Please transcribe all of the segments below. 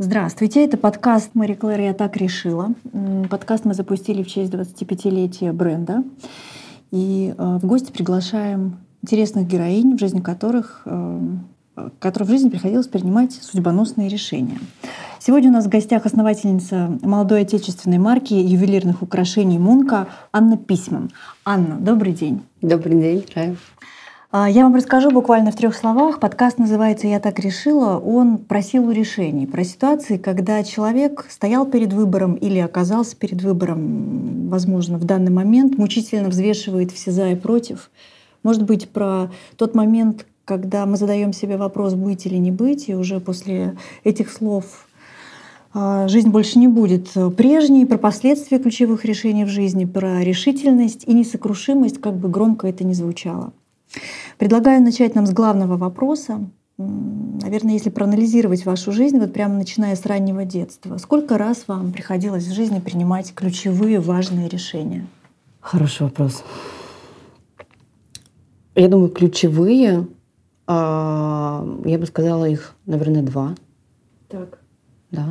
Здравствуйте, это подкаст «Мари Клэр, я так решила». Подкаст мы запустили в честь 25-летия бренда. И в гости приглашаем интересных героинь, в жизни которых в жизни приходилось принимать судьбоносные решения. Сегодня у нас в гостях основательница молодой отечественной марки ювелирных украшений «Мунка» Анна Письман. Анна, добрый день. Добрый день, здравия. Я вам расскажу буквально в 3 словах. Подкаст называется «Я так решила». Он про силу решений, про ситуации, когда человек стоял перед выбором или оказался перед выбором, возможно, в данный момент, мучительно взвешивает все «за» и «против». Может быть, про тот момент, когда мы задаем себе вопрос, быть или не быть, и уже после этих слов жизнь больше не будет прежней, про последствия ключевых решений в жизни, про решительность и несокрушимость, как бы громко это ни звучало. Предлагаю начать нам с главного вопроса. Наверное, если проанализировать вашу жизнь, вот прямо начиная с раннего детства, сколько раз вам приходилось в жизни принимать ключевые важные решения? Хороший вопрос. Я думаю, ключевые, я бы сказала, их, наверное, 2. Так. Да.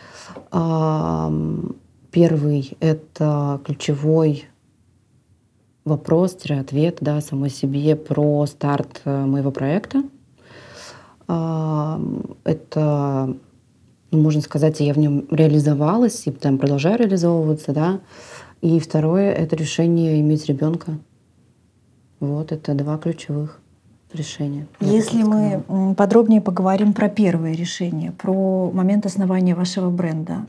Первый — это ключевой вопрос-ответ, да, самой себе про старт моего проекта. Это, можно сказать, я в нем реализовалась и там продолжаю реализовываться, да. И второе — это решение иметь ребенка. Вот это 2 ключевых решения. Если мы подробнее поговорим про первое решение, про момент основания вашего бренда.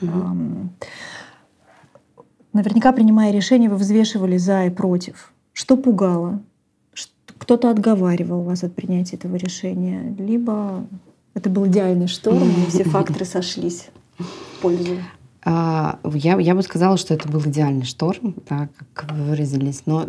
Наверняка, принимая решение, вы взвешивали «за» и «против». Что пугало? Кто-то отговаривал вас от принятия этого решения? Либо это был идеальный шторм, и все факторы сошлись в пользу? Я бы сказала, что это был идеальный шторм, да, как вы выразились. Но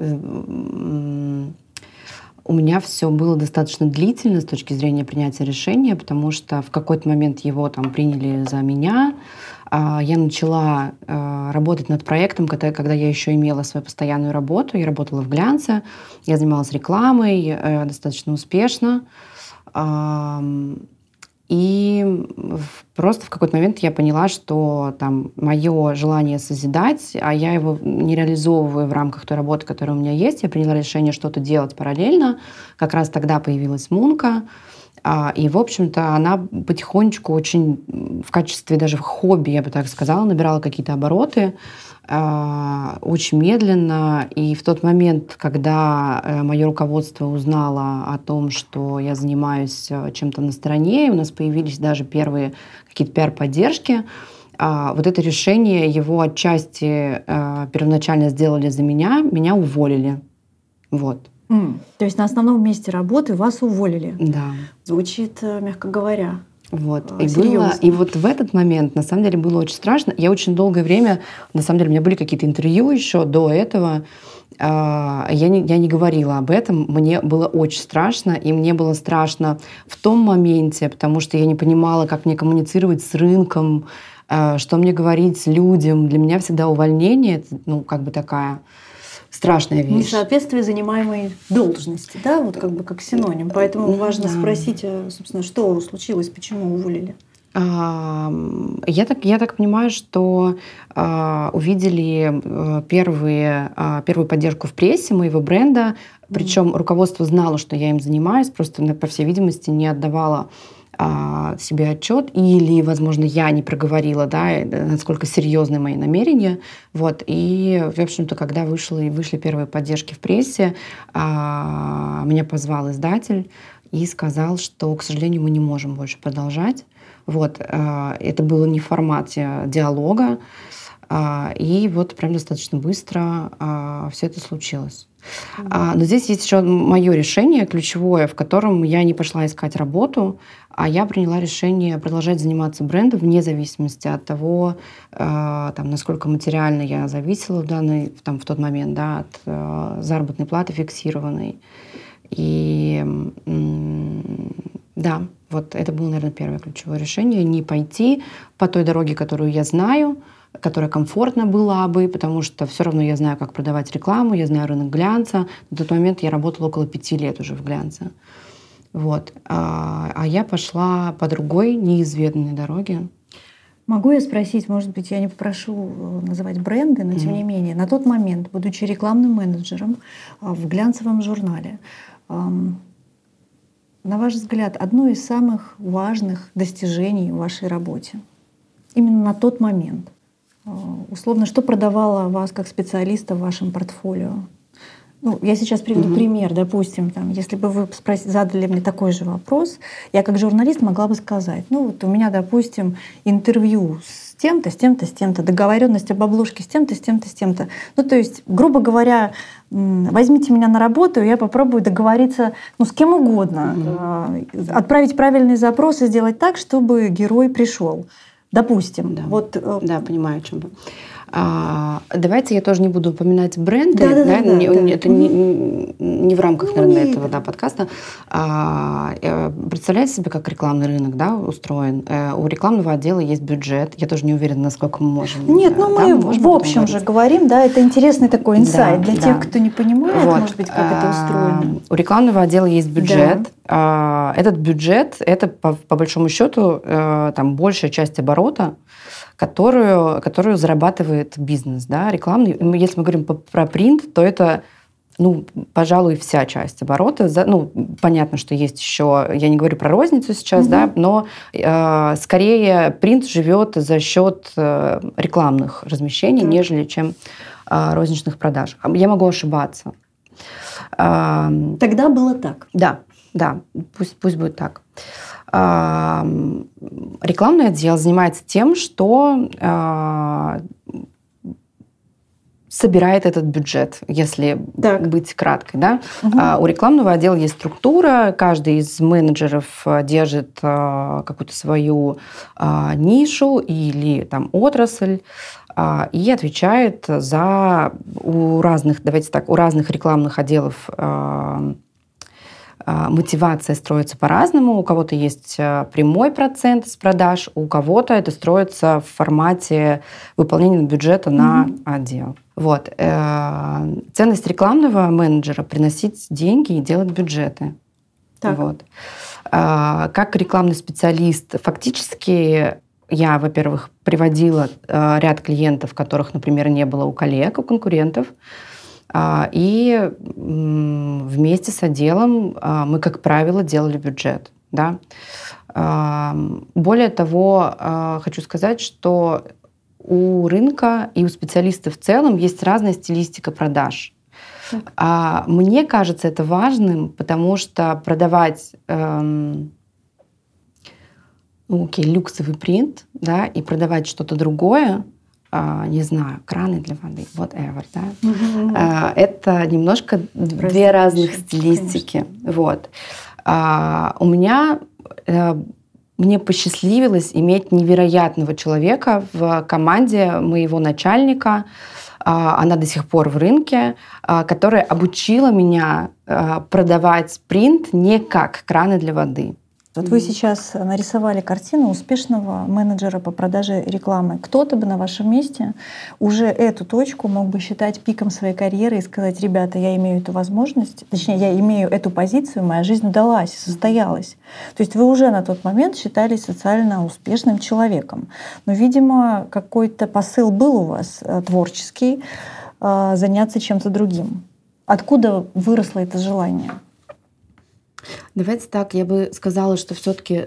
у меня все было достаточно длительно с точки зрения принятия решения, потому что в какой-то момент его там приняли за меня. Я начала работать над проектом, когда я еще имела свою постоянную работу. Я работала в глянце, я занималась рекламой достаточно успешно. И просто в какой-то момент я поняла, что там мое желание созидать, а я его не реализовываю в рамках той работы, которая у меня есть. Я приняла решение что-то делать параллельно. Как раз тогда появилась Мунка. И, в общем-то, она потихонечку очень в качестве даже хобби, я бы так сказала, набирала какие-то обороты очень медленно. И в тот момент, когда мое руководство узнало о том, что я занимаюсь чем-то на стороне, у нас появились даже первые какие-то пиар-поддержки, вот это решение, его отчасти первоначально сделали за меня уволили. Вот. То есть на основном месте работы вас уволили. Да. Звучит, мягко говоря, вот. серьезно. И вот в этот момент, на самом деле, было очень страшно. Я очень долгое время, на самом деле, у меня были какие-то интервью еще до этого. Я не говорила об этом. Мне было очень страшно. И мне было страшно в том моменте, потому что я не понимала, как мне коммуницировать с рынком, что мне говорить людям. Для меня всегда увольнение — это, как бы такая страшная вещь. Несоответствие занимаемой должности, да, вот как бы как синоним. Поэтому важно спросить, собственно, что случилось, почему уволили. Я так понимаю, что увидели первую поддержку в прессе моего бренда, причем руководство знало, что я им занимаюсь, просто, по всей видимости, не отдавала себе отчет, или, возможно, я не проговорила, да, насколько серьезны мои намерения. Вот. И, в общем-то, когда вышли первые поддержки в прессе, меня позвал издатель и сказал, что, к сожалению, мы не можем больше продолжать. Вот. Это было не в формате диалога. И вот прям достаточно быстро все это случилось. Но здесь есть еще мое решение ключевое, в котором я не пошла искать работу, а я приняла решение продолжать заниматься брендом вне зависимости от того, насколько материально я зависела в тот момент, да, от заработной платы фиксированной. И да, вот это было, наверное, первое ключевое решение — не пойти по той дороге, которую я знаю, которая комфортна была бы, потому что все равно я знаю, как продавать рекламу, я знаю рынок глянца. На тот момент я работала около 5 лет уже в глянце. Вот. А я пошла по другой неизведанной дороге. Могу я спросить, может быть, я не попрошу называть бренды, но тем не менее, на тот момент, будучи рекламным менеджером в глянцевом журнале, на ваш взгляд, одно из самых важных достижений в вашей работе именно на тот момент? Условно, что продавало вас как специалиста в вашем портфолио? Ну, я сейчас приведу пример. Допустим, если бы вы задали мне такой же вопрос, я как журналист могла бы сказать, ну вот у меня, допустим, интервью с тем-то, с тем-то, с тем-то, договоренность об обложке с тем-то, с тем-то, с тем-то. Ну, то есть, грубо говоря, возьмите меня на работу, и я попробую договориться с кем угодно, отправить правильный запрос и сделать так, чтобы герой пришел. Допустим. Да, да, понимаю, о чем вы. Давайте я тоже не буду упоминать бренды. Это не в рамках, наверное, этого подкаста. Представляете себе, как рекламный рынок устроен? У рекламного отдела есть бюджет. Я тоже не уверена, насколько мы можем. Нет, мы в общем же говорим, это интересный такой инсайт для тех, кто не понимает, может быть, как это устроено. У рекламного отдела есть бюджет. Этот бюджет, это по большому счету большая часть оборота, которую зарабатывает бизнес, рекламный. Если мы говорим про принт, то это, пожалуй, вся часть оборота. Понятно, что есть еще, я не говорю про розницу сейчас, но скорее принт живет за счет рекламных размещений, нежели чем розничных продаж. Я могу ошибаться. Тогда было так. Да, пусть будет так. Рекламный отдел занимается тем, что собирает этот бюджет, если быть краткой. У рекламного отдела есть структура, каждый из менеджеров держит какую-то свою нишу или отрасль и отвечает у разных рекламных отделов. Мотивация строится по-разному. У кого-то есть прямой процент с продаж, у кого-то это строится в формате выполнения бюджета на отдел. Ценность рекламного менеджера — приносить деньги и делать бюджеты. Как рекламный специалист, фактически я, во-первых, приводила ряд клиентов, которых, например, не было у коллег, у конкурентов. И вместе с отделом мы, как правило, делали бюджет. Более того, хочу сказать, что у рынка и у специалистов в целом есть разная стилистика продаж. Мне кажется это важным, потому что продавать люксовый принт, и продавать что-то другое, не знаю, краны для воды, whatever, это немножко две разных стилистики. Мне посчастливилось иметь невероятного человека в команде моего начальника, она до сих пор в рынке, которая обучила меня продавать принт не как краны для воды. Вы сейчас нарисовали картину успешного менеджера по продаже рекламы. Кто-то бы на вашем месте уже эту точку мог бы считать пиком своей карьеры и сказать: ребята, я имею эту возможность, точнее, я имею эту позицию, моя жизнь удалась, состоялась. То есть вы уже на тот момент считались социально успешным человеком. Но, видимо, какой-то посыл был у вас творческий, заняться чем-то другим. Откуда выросло это желание? Давайте так, я бы сказала, что все-таки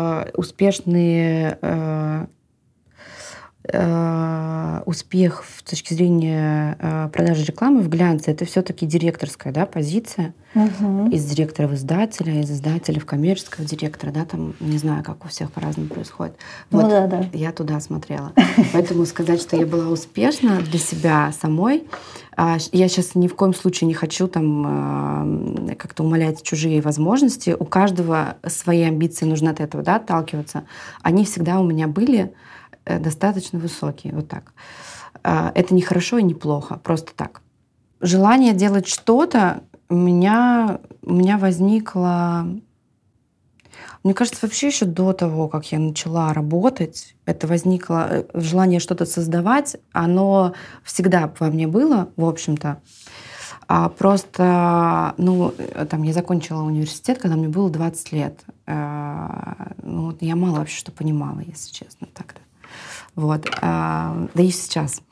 успех с точки зрения продажи рекламы в глянце — это все-таки директорская позиция. Из директора в издателя, из издателя в коммерческого директора. Не знаю, как у всех по-разному происходит. Я туда смотрела. Поэтому сказать, что я была успешна для себя самой, я сейчас ни в коем случае не хочу как-то умалять чужие возможности. У каждого свои амбиции, нужно от этого отталкиваться. Они всегда у меня были достаточно высокие. Так. Это не хорошо и не плохо, просто так. Желание делать что-то у меня возникло, мне кажется, вообще еще до того, как я начала работать. Это возникло желание что-то создавать. Оно всегда во мне было, в общем-то. Просто, я закончила университет, когда мне было 20 лет. Я мало вообще что понимала, если честно, тогда. Вот. Да и сейчас.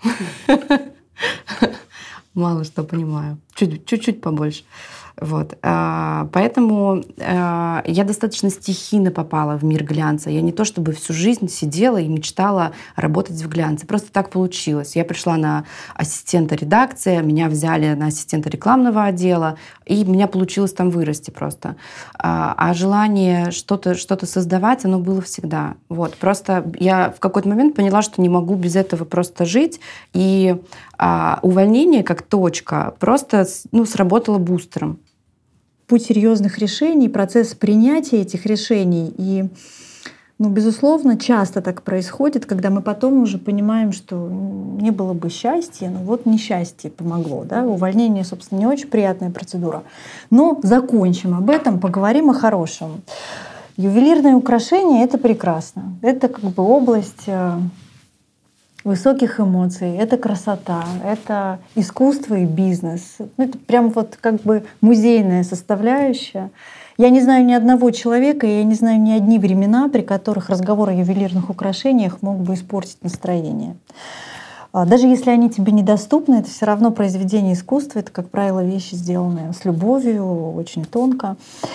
Мало что понимаю. Чуть-чуть побольше. Вот. Поэтому я достаточно стихийно попала в мир глянца. Я не то чтобы всю жизнь сидела и мечтала работать в глянце. Просто так получилось. Я пришла на ассистента редакции, меня взяли на ассистента рекламного отдела, и у меня получилось там вырасти просто. А желание что-то создавать, оно было всегда. Вот. Просто я в какой-то момент поняла, что не могу без этого просто жить. И увольнение как точка просто сработало бустером. Путь серьезных решений, процесс принятия этих решений. И, безусловно, часто так происходит, когда мы потом уже понимаем, что не было бы счастья, но вот несчастье помогло. Да? Увольнение, собственно, не очень приятная процедура. Но закончим об этом, поговорим о хорошем. Ювелирные украшения — это прекрасно. Это как бы область высоких эмоций, это красота, это искусство и бизнес. Это прям вот как бы музейная составляющая. Я не знаю ни одного человека, я не знаю ни одни времена, при которых разговор о ювелирных украшениях мог бы испортить настроение. Даже если они тебе недоступны, это все равно произведение искусства. Это, как правило, вещи, сделанные с любовью, очень тонко.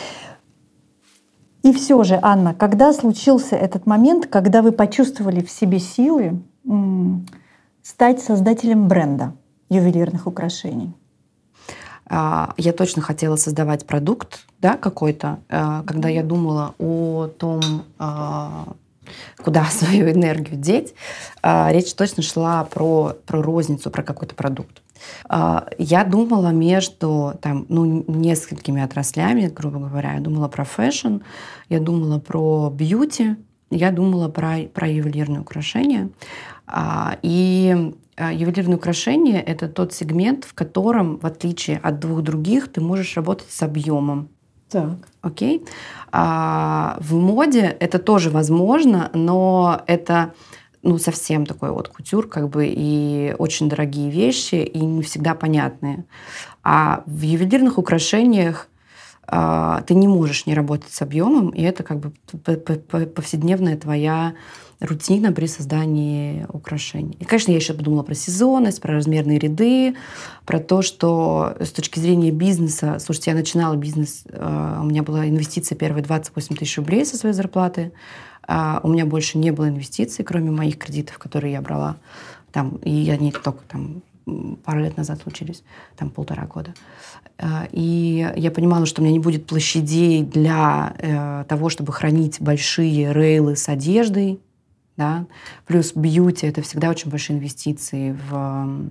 И все же, Анна, когда случился этот момент, когда вы почувствовали в себе силы стать создателем бренда ювелирных украшений? Я точно хотела создавать продукт, да, какой-то. Когда я думала о том, куда свою энергию деть, речь точно шла про розницу, про какой-то продукт. Я думала между несколькими отраслями, грубо говоря. Я думала про фэшн, я думала про бьюти, я думала про ювелирные украшения. И ювелирные украшения — это тот сегмент, в котором, в отличие от двух других, ты можешь работать с объемом. Так. Окей? В моде это тоже возможно, но это совсем такой вот кутюр, как бы, и очень дорогие вещи, и не всегда понятные. А в ювелирных украшениях ты не можешь не работать с объемом, и это как бы повседневная твоя рутина при создании украшений. И, конечно, я еще подумала про сезонность, про размерные ряды, про то, что с точки зрения бизнеса, слушайте, я начинала бизнес, у меня была инвестиция первые 28 тысяч рублей со своей зарплаты, у меня больше не было инвестиций, кроме моих кредитов, которые я брала, и они только пару лет назад случились, 1,5 года. И я понимала, что у меня не будет площадей для того, чтобы хранить большие рейлы с одеждой. Да? Плюс бьюти — это всегда очень большие инвестиции в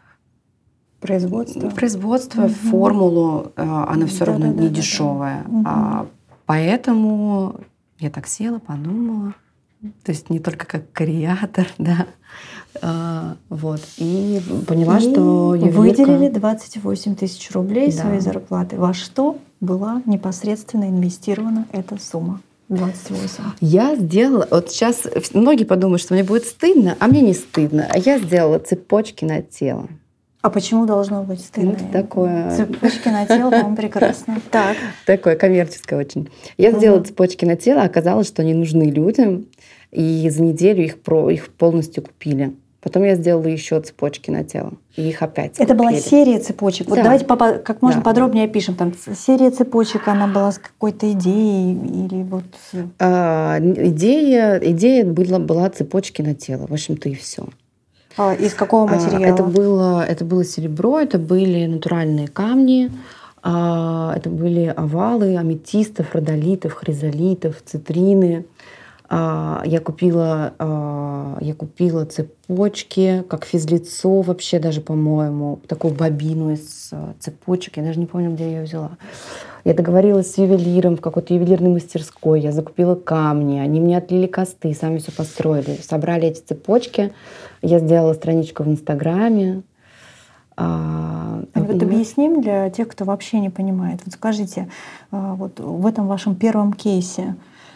производство, в формулу. Она все равно не дешевая. Поэтому я так села, подумала. То есть не только как креатор, да. Вот. И поняла, что ювелирка... Выделили 28 тысяч рублей своей зарплаты. Во что была непосредственно инвестирована эта сумма? 28. Я сделала... Вот сейчас многие подумают, что мне будет стыдно, а мне не стыдно. А я сделала цепочки на тело. А почему должно быть стыдно? Такое... Цепочки на тело, по-моему, прекрасно. Так. Такое коммерческое очень. Я сделала цепочки на тело, оказалось, что они нужны людям, и за неделю их полностью купили. Потом я сделала еще цепочки на тело, и их опять Это купили. была серия цепочек. Вот давайте как можно подробнее опишем. Там серия цепочек, она была с какой-то идеей или вот... Идея была цепочки на тело. В общем-то, и все. Из какого материала? Это было серебро, это были натуральные камни, это были овалы аметистов, родолитов, хризолитов, цитрины. Я купила цепочки, как физлицо вообще даже, по-моему, такую бобину из цепочек. Я даже не помню, где я ее взяла. Я договорилась с ювелиром в какой-то ювелирной мастерской. Я закупила камни, они мне отлили косты, сами все построили. Собрали эти цепочки. Я сделала страничку в Инстаграме. Вот объясним для тех, кто вообще не понимает. Вот скажите, вот в этом вашем первом кейсе,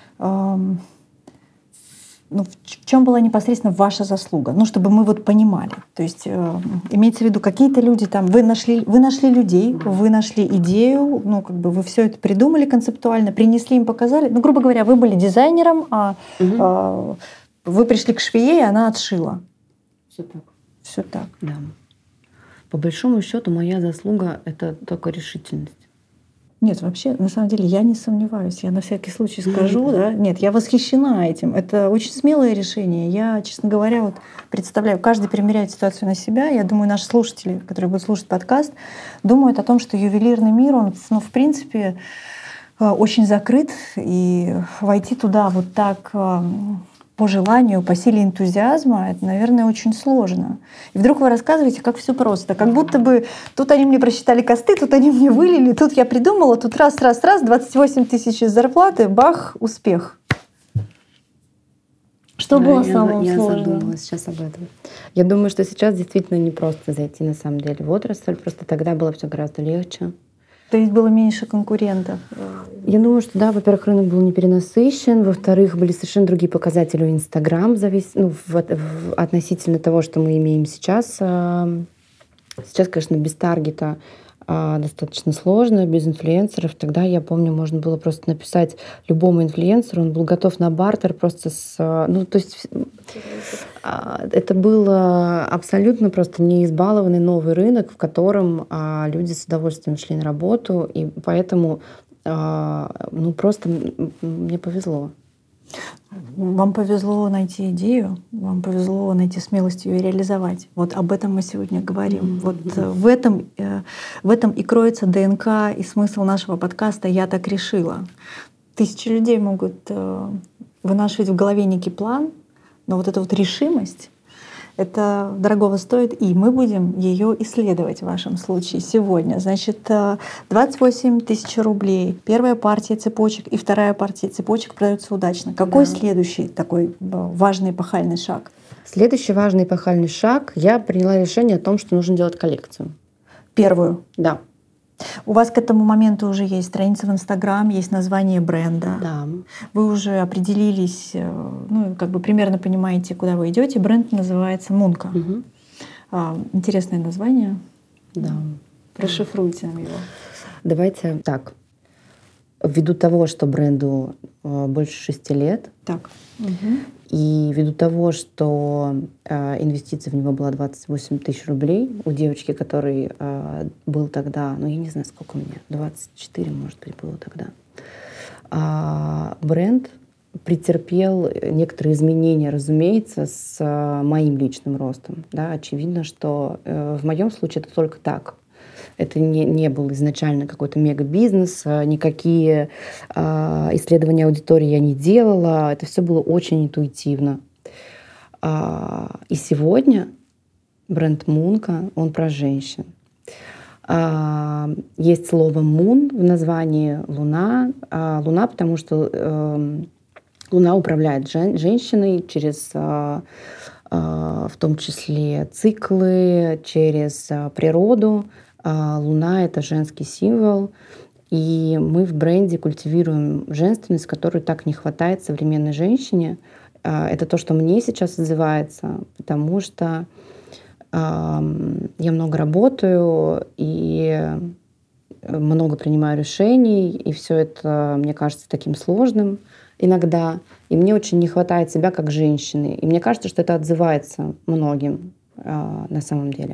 в чем была непосредственно ваша заслуга? Чтобы мы вот понимали. То есть имеется в виду, какие-то люди там, вы нашли людей, вы нашли идею, вы все это придумали концептуально, принесли им, показали. Грубо говоря, вы были дизайнером, Вы пришли к швее, и она отшила. Все так. Все так. Да. По большому счету, моя заслуга — это только решительность. Нет, вообще, на самом деле, я не сомневаюсь. Я на всякий случай скажу, да. Нет, я восхищена этим. Это очень смелое решение. Я, честно говоря, вот представляю, каждый примеряет ситуацию на себя. Я думаю, наши слушатели, которые будут слушать подкаст, думают о том, что ювелирный мир, он, ну, в принципе, очень закрыт, и войти туда вот так по желанию, по силе энтузиазма, это, наверное, очень сложно. И вдруг вы рассказываете, как все просто. Как будто бы тут они мне просчитали косты, тут они мне вылили, тут я придумала, тут раз, 28 тысяч из зарплаты, бах, успех. Что было самым Я сложным? задумалась сейчас об этом. Я думаю, что сейчас действительно не просто зайти на самом деле в отрасль, просто тогда было все гораздо легче. То есть было меньше конкурентов? Я думаю, что да, во-первых, рынок был не перенасыщен, во-вторых, были совершенно другие показатели у Инстаграм, относительно того, что мы имеем сейчас. Сейчас, конечно, без таргета достаточно сложно, без инфлюенсеров. Тогда, я помню, можно было просто написать любому инфлюенсеру, он был готов на бартер просто это был абсолютно просто неизбалованный новый рынок, в котором люди с удовольствием шли на работу, и поэтому просто мне повезло. Вам повезло найти идею, вам повезло найти смелость ее реализовать. Вот об этом мы сегодня говорим. Вот в этом и кроется ДНК и смысл нашего подкаста «Я так решила». Тысячи людей могут вынашивать в голове некий план, но вот эта вот решимость, это дорогого стоит, и мы будем ее исследовать в вашем случае сегодня. Значит, 28 тысяч рублей. Первая партия цепочек и вторая партия цепочек продаются удачно. Какой следующий такой важный эпохальный шаг? Следующий важный эпохальный шаг. Я приняла решение о том, что нужно делать коллекцию. Первую? Да. У вас к этому моменту уже есть страница в Инстаграм, есть название бренда. Да. Вы уже определились, примерно понимаете, куда вы идете. Бренд называется Мунка. Угу. Интересное название. Да. Расшифруйте нам его. Давайте так. Ввиду того, что бренду больше 6 лет, так. И ввиду того, что инвестиция в него была 28 тысяч рублей, у девочки, который был тогда, я не знаю, сколько у меня, 24, может быть, было тогда, бренд претерпел некоторые изменения, разумеется, с моим личным ростом. Да? Очевидно, что в моем случае это только так. Это не был изначально какой-то мега-бизнес, никакие исследования аудитории я не делала, это все было очень интуитивно. И сегодня бренд Мунка, он про женщин. Есть слово «мун» в названии «луна». Луна, потому что Луна управляет женщиной через в том числе циклы, через природу. Луна — это женский символ, и мы в бренде культивируем женственность, которой так не хватает современной женщине. Это то, что мне сейчас отзывается, потому что я много работаю и много принимаю решений, и все это, мне кажется, таким сложным иногда. И мне очень не хватает себя как женщины. И мне кажется, что это отзывается многим на самом деле.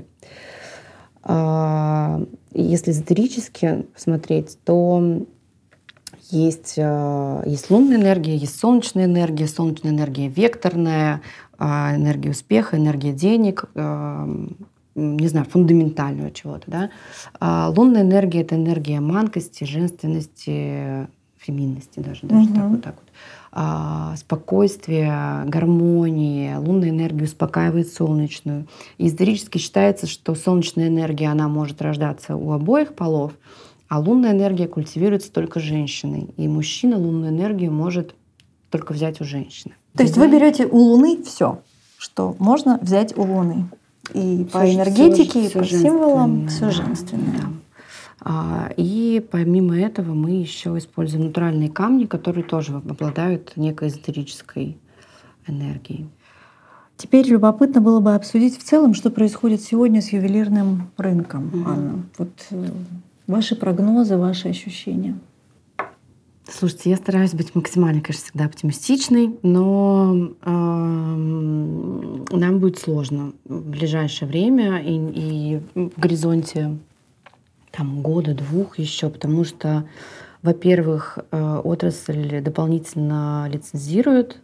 Если эзотерически смотреть, то есть лунная энергия, есть солнечная энергия векторная, энергия успеха, энергия денег, не знаю, фундаментального чего-то. Да? Лунная энергия — это энергия манкости, женственности, феминности даже так вот. Спокойствие, гармонии. Лунная энергия успокаивает солнечную. И исторически считается, что солнечная энергия, она может рождаться у обоих полов, а лунная энергия культивируется только женщиной. И мужчина лунную энергию может только взять у женщины. То есть вы берете у Луны все, что можно взять у Луны. И по энергетике, и по символам все женственное. Да. И помимо этого мы еще используем натуральные камни, которые тоже обладают некой эзотерической энергией. Теперь любопытно было бы обсудить в целом, что происходит сегодня с ювелирным рынком, Анна. Вот ваши прогнозы, ваши ощущения. Слушайте, я стараюсь быть максимально, конечно, всегда оптимистичной, но нам будет сложно в ближайшее время и в горизонте там, года-двух еще, потому что, во-первых, отрасль дополнительно лицензирует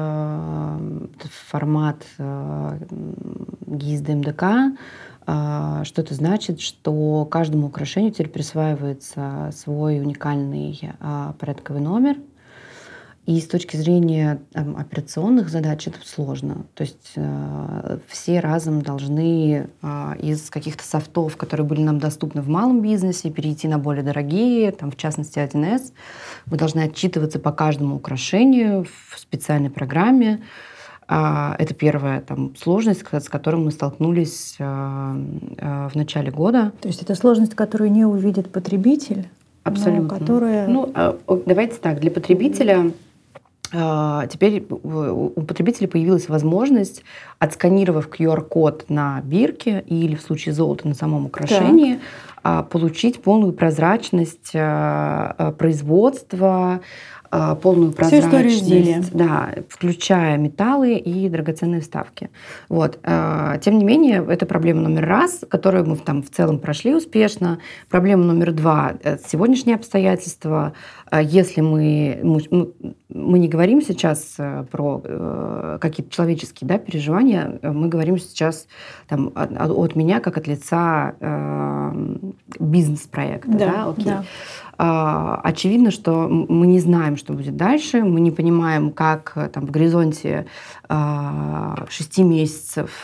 формат ГИС ДМДК. Что это значит? Что каждому украшению теперь присваивается свой уникальный порядковый номер. И с точки зрения операционных задач это сложно. То есть все разом должны из каких-то софтов, которые были нам доступны в малом бизнесе, перейти на более дорогие, там, в частности 1С. Вы должны отчитываться по каждому украшению в специальной программе. Это первая сложность, с которой мы столкнулись в начале года. То есть это сложность, которую не увидит потребитель? Абсолютно. Которая... Давайте так, для потребителя теперь у потребителя появилась возможность, отсканировав QR-код на бирке или в случае золота на самом украшении, получить полную прозрачность производства, полную прозрачность, да, включая металлы и драгоценные вставки. Вот. Тем не менее, это проблема номер раз, которую мы в целом прошли успешно. Проблема номер два — сегодняшние обстоятельства. Если мы не говорим сейчас про какие-то человеческие переживания, мы говорим сейчас от меня как от лица бизнес-проекта. Да, окей. Да. Очевидно, что мы не знаем, что будет дальше, мы не понимаем, как в горизонте 6 месяцев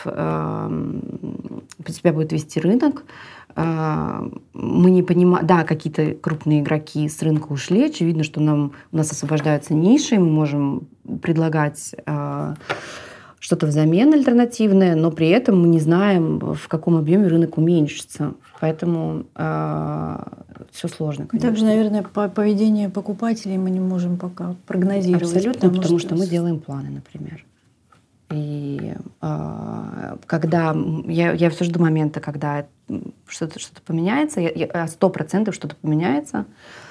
себя будет вести рынок. Мы не понимаем, да, какие-то крупные игроки с рынка ушли, очевидно, что у нас освобождаются ниши, мы можем предлагать что-то взамен альтернативное, но при этом мы не знаем, в каком объеме рынок уменьшится. Поэтому все сложно, конечно. Также, наверное, поведение покупателей мы не можем пока прогнозировать. Абсолютно, потому что мы делаем планы, например. И когда я все жду момента, когда что-то поменяется, 100% что-то поменяется,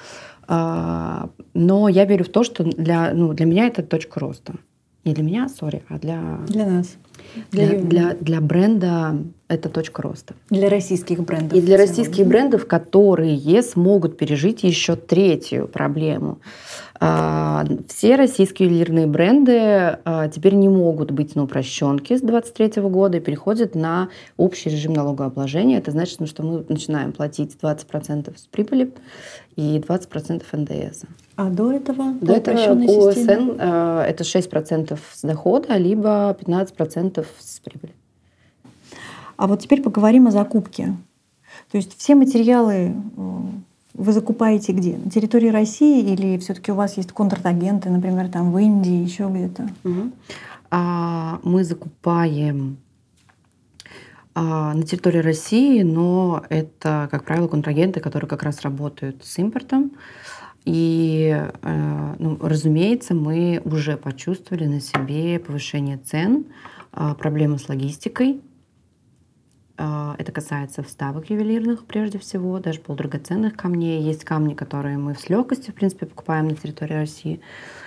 но я верю в то, что для меня это точка роста. Не для меня, а для нас. Для бренда это точка роста. Для российских брендов. И для российских брендов, которые смогут пережить еще третью проблему. Все российские ювелирные бренды теперь не могут быть на упрощенке с 2023 года и переходят на общий режим налогообложения. Это значит, что мы начинаем платить 20% с прибыли и 20% НДС. А до этого? До этого по УСН это 6% с дохода, либо 15% с прибыли. А вот теперь поговорим о закупке. То есть все материалы вы закупаете где? На территории России или все-таки у вас есть контрагенты, например, там в Индии, еще где-то? Мы закупаем на территории России, но это, как правило, контрагенты, которые как раз работают с импортом. И, разумеется, мы уже почувствовали на себе повышение цен, проблемы с логистикой. Это касается вставок ювелирных, прежде всего, даже полудрагоценных камней. Есть камни, которые мы с легкостью, в принципе, покупаем на территории России.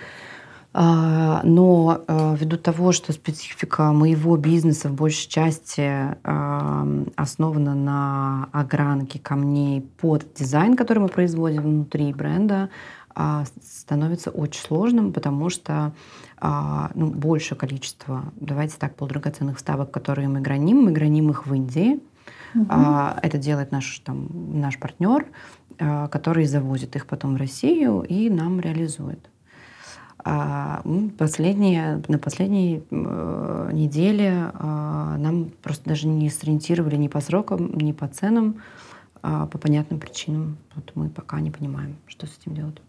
Но ввиду того, что специфика моего бизнеса в большей части основана на огранке камней под дизайн, который мы производим внутри бренда, становится очень сложным, потому что большее количество, давайте так, полудрагоценных вставок, которые мы граним их в Индии. Это делает наш партнер, который завозит их потом в Россию и нам реализует. На последней неделе нам просто даже не сориентировали ни по срокам, ни по ценам, по понятным причинам. Вот мы пока не понимаем, что с этим делать.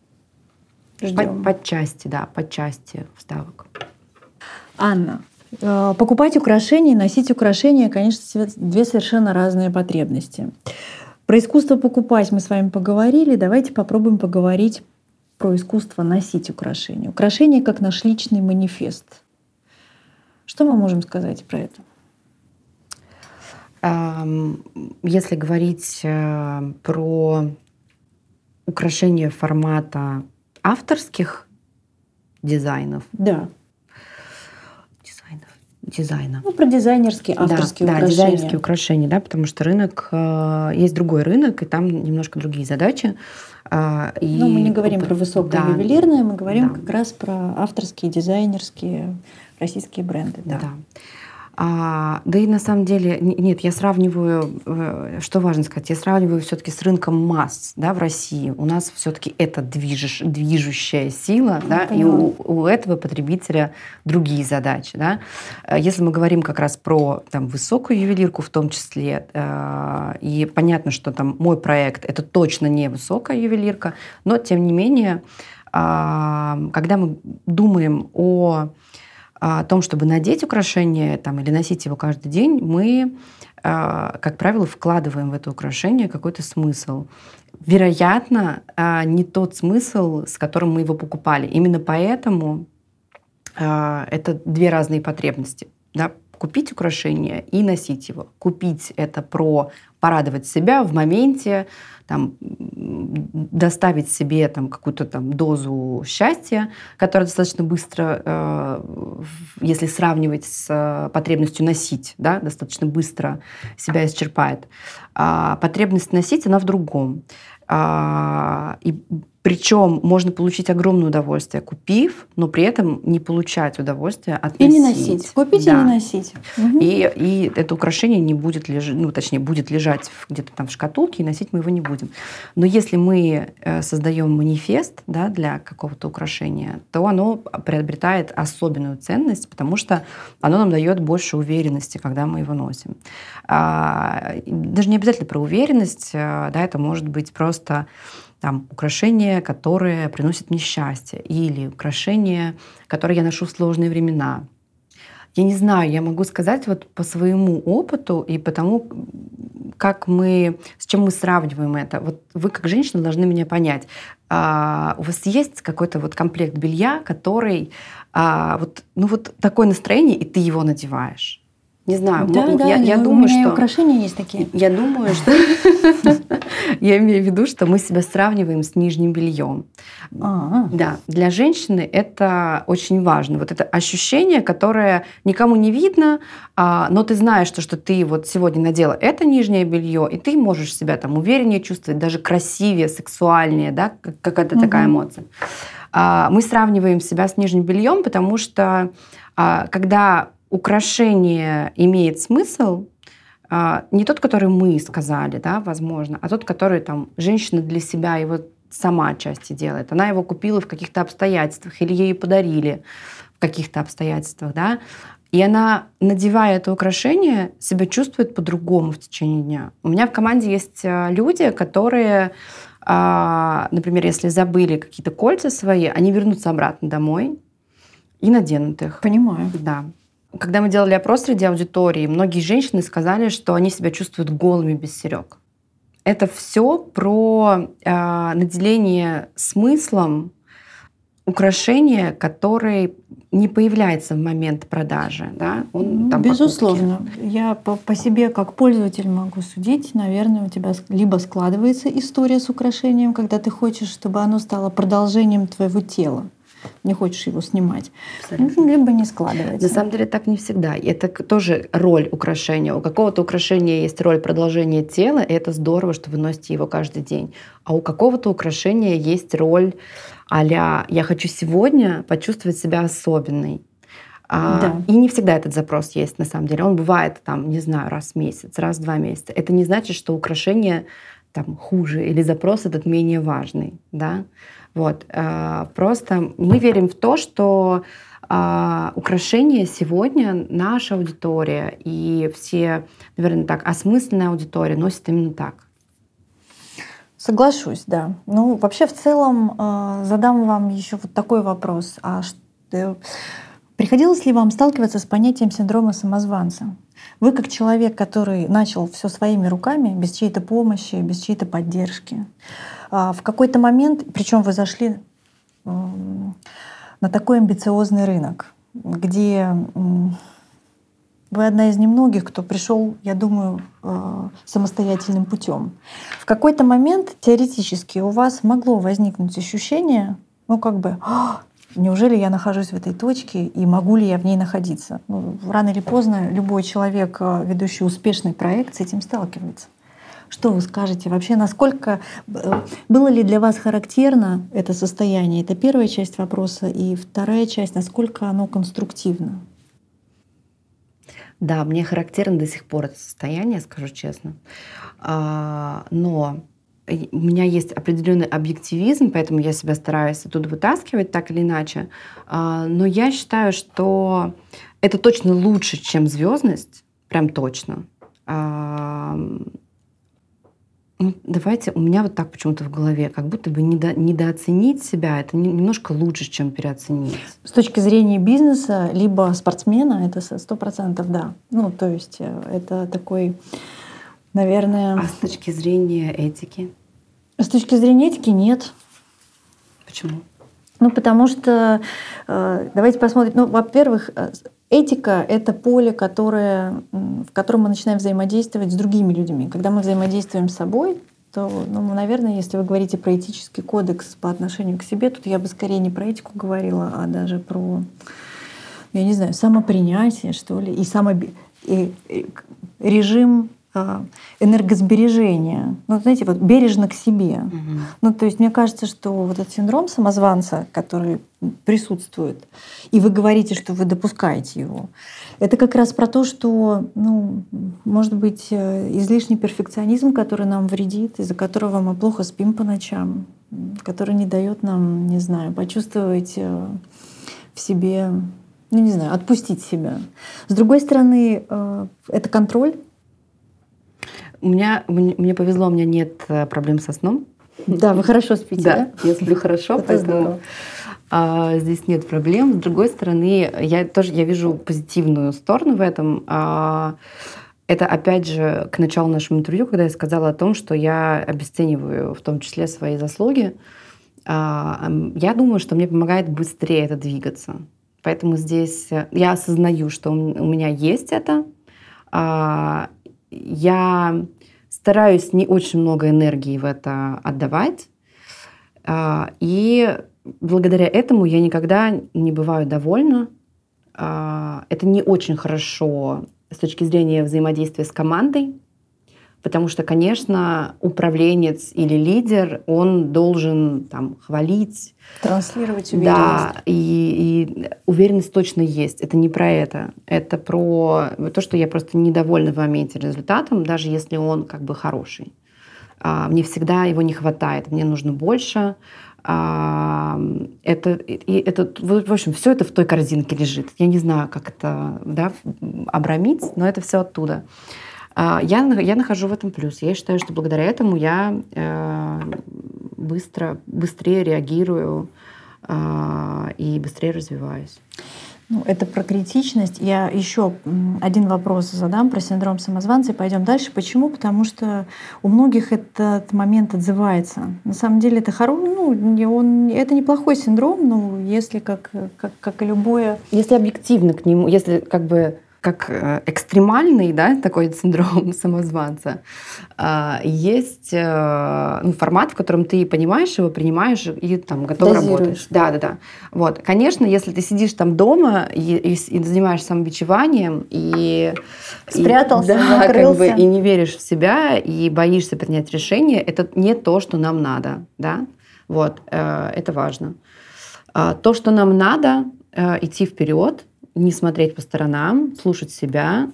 Подчасти вставок. Анна, покупать украшения и носить украшения, конечно, две совершенно разные потребности. Про искусство покупать мы с вами поговорили. Давайте попробуем поговорить про искусство носить украшения. Украшения как наш личный манифест. Что мы можем сказать про это? Если говорить про украшения формата авторских дизайнов. Да. Дизайна. Ну, про дизайнерские, авторские украшения. Да, дизайнерские украшения, да, потому что рынок, есть другой рынок, и там немножко другие задачи. Мы не говорим про высокое ювелирное, мы говорим как раз про авторские, дизайнерские российские бренды. Да. Да и на самом деле, нет, я сравниваю, что важно сказать, я сравниваю все-таки с рынком масс, да, в России. У нас все-таки это движущая сила, да, и у этого потребителя другие задачи, да. Если мы говорим как раз про там высокую ювелирку в том числе, и понятно, что там мой проект это точно не высокая ювелирка, но тем не менее, когда мы думаем о том, чтобы надеть украшение там, или носить его каждый день, мы, как правило, вкладываем в это украшение какой-то смысл. Вероятно, не тот смысл, с которым мы его покупали. Именно поэтому это две разные потребности. Да? Купить украшение и носить его. Купить — это про порадовать себя в моменте, там, доставить себе там, какую-то там, дозу счастья, которая достаточно быстро, если сравнивать с потребностью носить, да, достаточно быстро себя исчерпает. Потребность носить, она в другом. И причем можно получить огромное удовольствие, купив, но при этом не получать удовольствие от носить. И не носить. Купить и не носить. И это украшение не будет лежать, будет лежать где-то там в шкатулке, и носить мы его не будем. Но если мы создаем манифест, да, для какого-то украшения, то оно приобретает особенную ценность, потому что оно нам дает больше уверенности, когда мы его носим. Даже не обязательно про уверенность, да, это может быть просто там, украшения, которые приносят мне счастье, или украшения, которые я ношу в сложные времена. Я не знаю, я могу сказать вот по своему опыту и по тому, с чем мы сравниваем это. Вот вы как женщина должны меня понять. У вас есть какой-то вот комплект белья, который вот такое настроение, и ты его надеваешь. Не знаю, я думаю, у меня что и украшения есть такие. Я думаю, что я имею в виду, что мы себя сравниваем с нижним бельем. Да, для женщины это очень важно. Вот это ощущение, которое никому не видно, но ты знаешь, что ты вот сегодня надела это нижнее белье, и ты можешь себя там увереннее чувствовать, даже красивее, сексуальнее, да, какая-то такая эмоция. Мы сравниваем себя с нижним бельем, потому что когда украшение имеет смысл, не тот, который мы сказали, да, возможно, а тот, который там женщина для себя его сама отчасти делает. Она его купила в каких-то обстоятельствах или ей подарили в каких-то обстоятельствах, да, и она, надевая это украшение, себя чувствует по-другому в течение дня. У меня в команде есть люди, которые, например, если забыли какие-то кольца свои, они вернутся обратно домой и наденут их. Понимаю. Да. Когда мы делали опрос среди аудитории, многие женщины сказали, что они себя чувствуют голыми без серёг. Это все про наделение смыслом украшения, который не появляется в момент продажи. Да? Он там безусловно. Я по себе как пользователь могу судить. Наверное, у тебя либо складывается история с украшением, когда ты хочешь, чтобы оно стало продолжением твоего тела. Не хочешь его снимать, либо не складывается. На самом деле так не всегда. Это тоже роль украшения. У какого-то украшения есть роль продолжения тела, и это здорово, что вы носите его каждый день. А у какого-то украшения есть роль а-ля «я хочу сегодня почувствовать себя особенной». Да. И не всегда этот запрос есть на самом деле. Он бывает там, не знаю, раз в месяц, раз в 2 месяца. Это не значит, что украшение там хуже или запрос этот менее важный. Да? Вот. Просто мы верим в то, что украшения сегодня наша аудитория и все, наверное, так, осмысленная аудитория носит именно так. Соглашусь, да. Ну, вообще, в целом, задам вам еще вот такой вопрос. Приходилось ли вам сталкиваться с понятием синдрома самозванца? Вы как человек, который начал все своими руками, без чьей-то помощи, без чьей-то поддержки, в какой-то момент, причем вы зашли на такой амбициозный рынок, где вы одна из немногих, кто пришел, я думаю, самостоятельным путем. В какой-то момент теоретически у вас могло возникнуть ощущение, Ну, как бы, неужели я нахожусь в этой точке, и могу ли я в ней находиться? Ну, рано или поздно любой человек, ведущий успешный проект, с этим сталкивается. Что вы скажете вообще, насколько было ли для вас характерно это состояние? Это первая часть вопроса. И вторая часть, насколько оно конструктивно? Да, мне характерно до сих пор это состояние, скажу честно. Но у меня есть определенный объективизм, поэтому я себя стараюсь оттуда вытаскивать так или иначе. Но я считаю, что это точно лучше, чем звездность, прям точно. Ну, давайте, у меня вот так почему-то в голове, как будто бы недооценить себя, это немножко лучше, чем переоценить. С точки зрения бизнеса, либо спортсмена, это 100%, да. Ну, то есть это такой, наверное... А с точки зрения этики? С точки зрения этики нет. Почему? Ну, потому что, давайте посмотрим, ну, во-первых, этика — это поле, в котором мы начинаем взаимодействовать с другими людьми. Когда мы взаимодействуем с собой, то, ну, наверное, если вы говорите про этический кодекс по отношению к себе, тут я бы скорее не про этику говорила, а даже про, я не знаю, самопринятие, что ли, и режим энергосбережения. Ну, знаете, вот бережно к себе. Ну, то есть мне кажется, что вот этот синдром самозванца, который присутствует, и вы говорите, что вы допускаете его, это как раз про то, что, ну, может быть, излишний перфекционизм, который нам вредит, из-за которого мы плохо спим по ночам, который не дает нам, не знаю, почувствовать в себе, ну, не знаю, отпустить себя. С другой стороны, это контроль. Мне повезло, у меня нет проблем со сном. Да, вы хорошо спите, да? Я сплю хорошо, поэтому здесь нет проблем. С другой стороны, я вижу позитивную сторону в этом. Это, опять же, к началу нашего интервью, когда я сказала о том, что я обесцениваю в том числе свои заслуги. Я думаю, что мне помогает быстрее это двигаться. Поэтому здесь я осознаю, что у меня есть это. Я стараюсь не очень много энергии в это отдавать. И благодаря этому я никогда не бываю довольна. Это не очень хорошо с точки зрения взаимодействия с командой, потому что, конечно, управленец или лидер, он должен там хвалить. Транслировать уверенность. Да, и уверенность точно есть. Это не про это. Это про то, что я просто недовольна в моменте результатом, даже если он как бы хороший. Мне всегда его не хватает, мне нужно больше. В общем, все это в той корзинке лежит. Я не знаю, как это, да, обрамить, но это все оттуда. Я нахожу в этом плюс. Я считаю, что благодаря этому я быстрее реагирую и быстрее развиваюсь. Ну, это про критичность. Я еще один вопрос задам про синдром самозванца и пойдем дальше. Почему? Потому что у многих этот момент отзывается. На самом деле это это неплохой синдром, но если как и любое... Если объективно к нему, если как экстремальный, да, такой синдром самозванца, есть формат, в котором ты понимаешь его, принимаешь и там готов работать. Да. Вот. Конечно, если ты сидишь там дома и занимаешься самобичеванием и спрятался, закрылся, и не веришь в себя и боишься принять решение, это не то, что нам надо, да. Вот, это важно. То, что нам надо, идти вперед, не смотреть по сторонам, слушать себя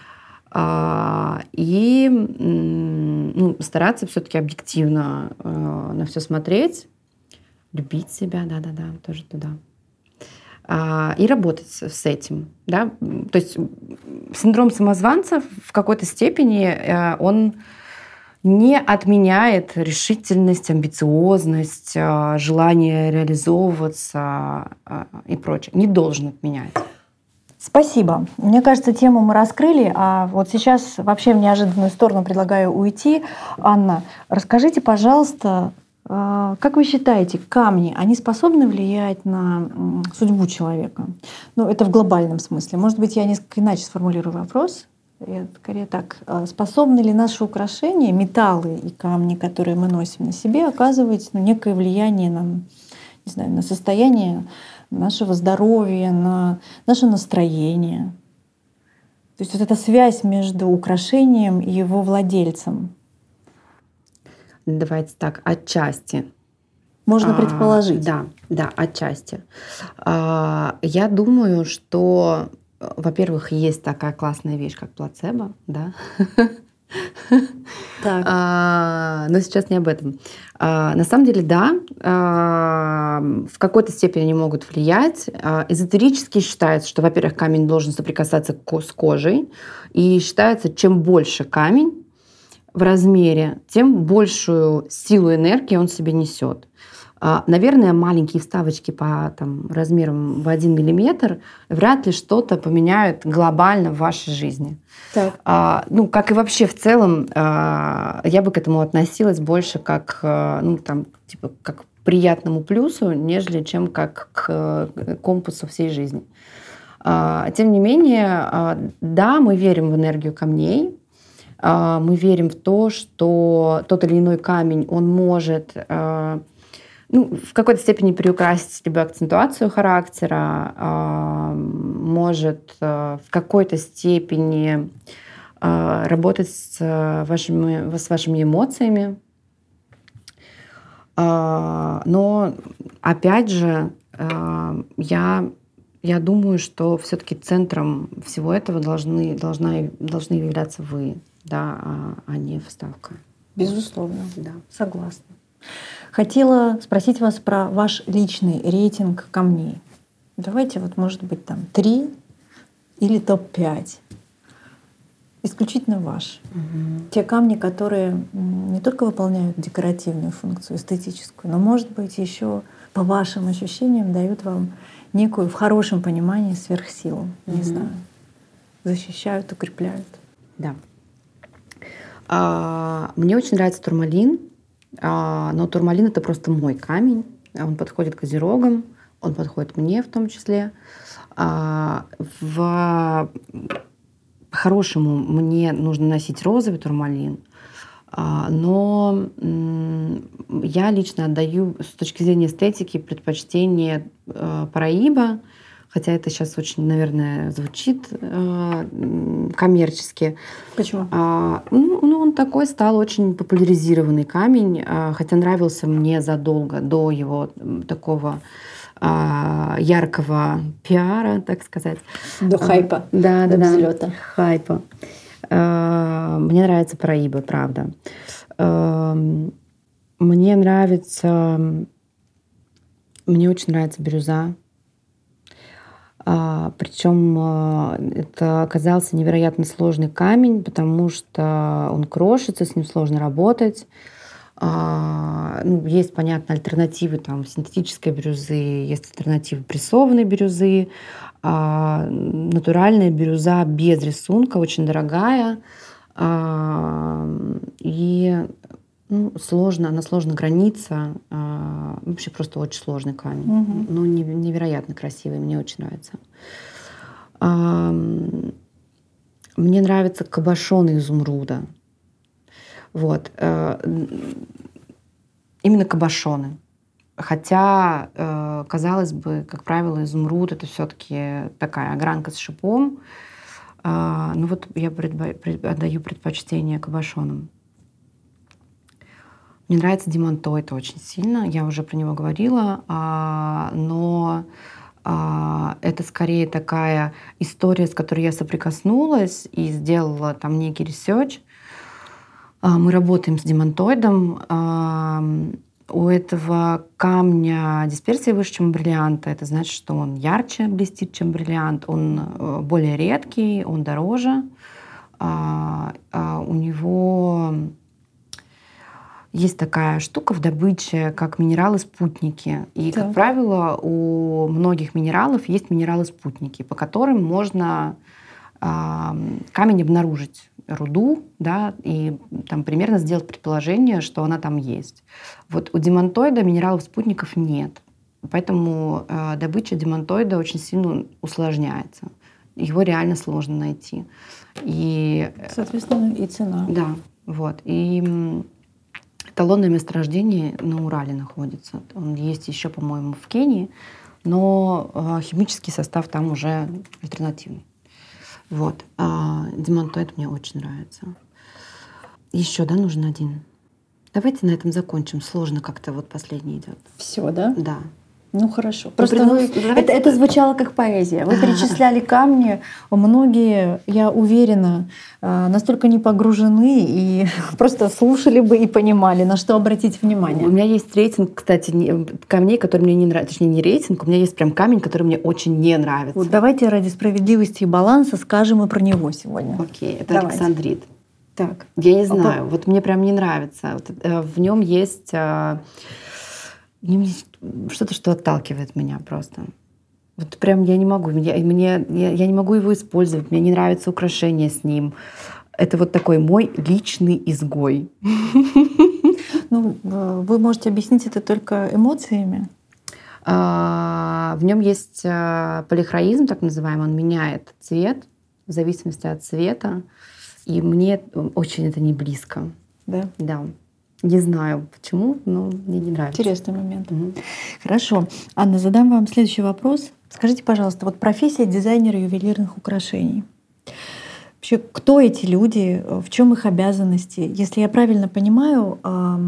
и стараться все-таки объективно на все смотреть, любить себя, да, тоже туда. И работать с этим. Да? То есть синдром самозванца в какой-то степени он не отменяет решительность, амбициозность, желание реализовываться и прочее. Не должен отменять. Спасибо. Мне кажется, тему мы раскрыли, а вот сейчас вообще в неожиданную сторону предлагаю уйти. Анна, расскажите, пожалуйста, как вы считаете, камни, они способны влиять на судьбу человека? Ну, это в глобальном смысле. Может быть, я несколько иначе сформулирую вопрос. Скорее так. Способны ли наши украшения, металлы и камни, которые мы носим на себе, оказывать некое влияние на не знаю, на состояние нашего здоровья, на наше настроение. То есть вот эта связь между украшением и его владельцем. Давайте так, отчасти. Можно предположить. Да, отчасти. Я думаю, что, во-первых, есть такая классная вещь, как плацебо, да. Так. Но сейчас не об этом. На самом деле, да, в какой-то степени они могут влиять. Эзотерически считается, что, во-первых, камень должен соприкасаться с кожей, и считается, чем больше камень в размере, тем большую силу энергии он в себе несет. Наверное, маленькие вставочки по размерам в 1 миллиметр вряд ли что-то поменяют глобально в вашей жизни. Так. Как и вообще в целом, я бы к этому относилась больше как, как к приятному плюсу, нежели чем как к компасу всей жизни. Тем не менее, да, мы верим в энергию камней, мы верим в то, что тот или иной камень, он может в какой-то степени приукрасить либо акцентуацию характера, может в какой-то степени работать с вашими эмоциями. Но опять же, я думаю, что все-таки центром всего этого должны являться вы, да, а не вставка. Безусловно, да, согласна. Хотела спросить вас про ваш личный рейтинг камней. Давайте, может быть, 3 или топ-5. Исключительно ваш. Угу. Те камни, которые не только выполняют декоративную функцию, эстетическую, но, может быть, еще по вашим ощущениям дают вам некую, в хорошем понимании, сверхсилу. Не знаю. Защищают, укрепляют. Да. Мне очень нравится турмалин. Но турмалин — это просто мой камень. Он подходит к козерогам, он подходит мне в том числе. По-хорошему мне нужно носить розовый турмалин, но я лично отдаю с точки зрения эстетики предпочтение Параиба, хотя это сейчас очень, наверное, звучит коммерчески. Почему? Он такой стал очень популяризированный камень, хотя нравился мне задолго до его такого яркого пиара, так сказать. До хайпа. До взлета. Хайпа. Мне нравится Параиба, правда. Мне очень нравится бирюза. Причем это оказался невероятно сложный камень, потому что он крошится, с ним сложно работать. Есть, понятно, альтернативы синтетической бирюзы, есть альтернативы прессованной бирюзы. Натуральная бирюза без рисунка очень дорогая. И она сложно гранится. Вообще просто очень сложный камень. Угу. Невероятно красивый, мне очень нравится. Мне нравится кабошон изумруда. Именно кабошоны. Хотя, казалось бы, как правило, изумруд — это все-таки такая огранка с шипом. Я отдаю предпочтение кабошонам. Мне нравится демонтоид очень сильно, я уже про него говорила, но это скорее такая история, с которой я соприкоснулась и сделала некий ресерч. Мы работаем с демонтоидом. У этого камня дисперсия выше, чем у бриллианта. Это значит, что он ярче блестит, чем бриллиант. Он более редкий, он дороже. У него есть такая штука в добыче, как минералы-спутники. И, как правило, у многих минералов есть минералы-спутники, по которым можно камень обнаружить, руду, да, и примерно сделать предположение, что она там есть. У демонтоида минералов-спутников нет. Поэтому добыча демонтоида очень сильно усложняется. Его реально сложно найти. И, соответственно, и цена. Да, И эталонное месторождение на Урале находится. Он есть еще, по-моему, в Кении, но химический состав там уже альтернативный. Вот. Демантуэт мне очень нравится. Еще, да, нужен один? Давайте на этом закончим. Сложно как-то вот последний идет. Все, да? Да. Ну хорошо. Просто это звучало как поэзия. Вы перечисляли камни. Многие, я уверена, настолько не погружены и просто слушали бы и понимали, на что обратить внимание. У меня есть рейтинг, кстати, камней, которые мне не нравятся. Точнее, не рейтинг, у меня есть прям камень, который мне очень не нравится. Вот давайте ради справедливости и баланса скажем и про него сегодня. Окей, это александрит. Так. Я не знаю, вот мне прям не нравится. Вот, в нем есть что-то, что отталкивает меня просто. Вот прям я не могу. Я не могу его использовать. Мне не нравится украшение с ним. Это вот такой мой личный изгой. Ну, вы можете объяснить это только эмоциями? В нем есть полихроизм, так называемый. Он меняет цвет в зависимости от цвета. И мне очень это не близко. Да? Да. Не знаю почему, но мне не нравится. Интересный момент. Хорошо. Анна, задам вам следующий вопрос. Скажите, пожалуйста, вот профессия дизайнера ювелирных украшений. Вообще, кто эти люди, в чем их обязанности? Если я правильно понимаю,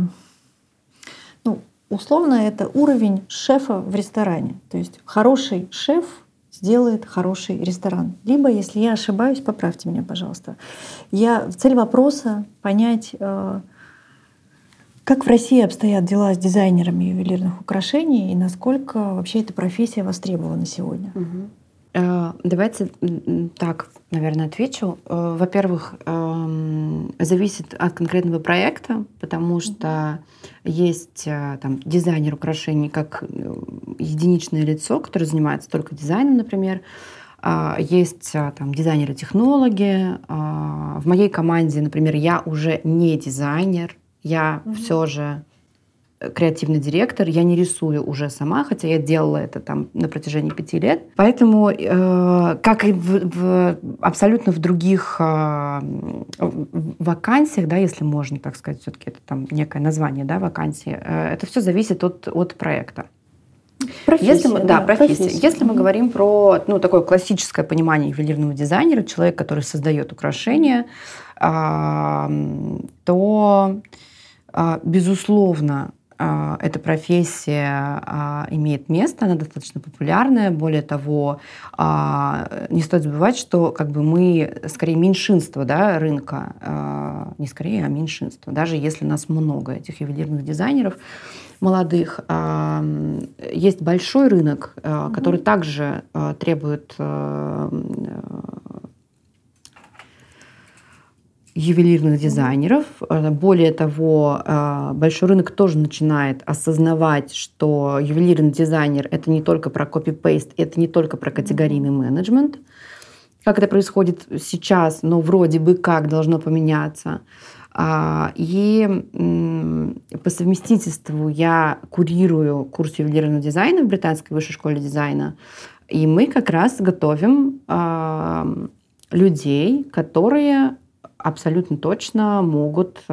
условно это уровень шефа в ресторане. То есть хороший шеф сделает хороший ресторан. Либо, если я ошибаюсь, поправьте меня, пожалуйста. Цель вопроса понять, как в России обстоят дела с дизайнерами ювелирных украшений и насколько вообще эта профессия востребована сегодня? Давайте так, наверное, отвечу. Во-первых, зависит от конкретного проекта, потому что есть там дизайнер украшений как единичное лицо, которое занимается только дизайном, например. Есть там дизайнеры-технологи. В моей команде, например, я уже не дизайнер, я все же креативный директор, я не рисую уже сама, хотя я делала это там на протяжении 5 лет. Поэтому, как и абсолютно в других вакансиях, да, если можно так сказать, все-таки это там некое название, да, вакансии, это все зависит от проекта. Профессия. Если мы говорим про такое классическое понимание ювелирного дизайнера, человек, который создает украшения, то, безусловно, эта профессия имеет место, она достаточно популярная. Более того, не стоит забывать, что как бы мы скорее меньшинство, да, рынка, не скорее, а меньшинство. Даже если нас много, этих ювелирных дизайнеров молодых, есть большой рынок, который также требует ювелирных дизайнеров. Более того, большой рынок тоже начинает осознавать, что ювелирный дизайнер — это не только про копи-пейст, это не только про категорийный менеджмент, как это происходит сейчас, но вроде бы как должно поменяться. И по совместительству я курирую курс ювелирного дизайна в Британской высшей школе дизайна, и мы как раз готовим людей, которые абсолютно точно могут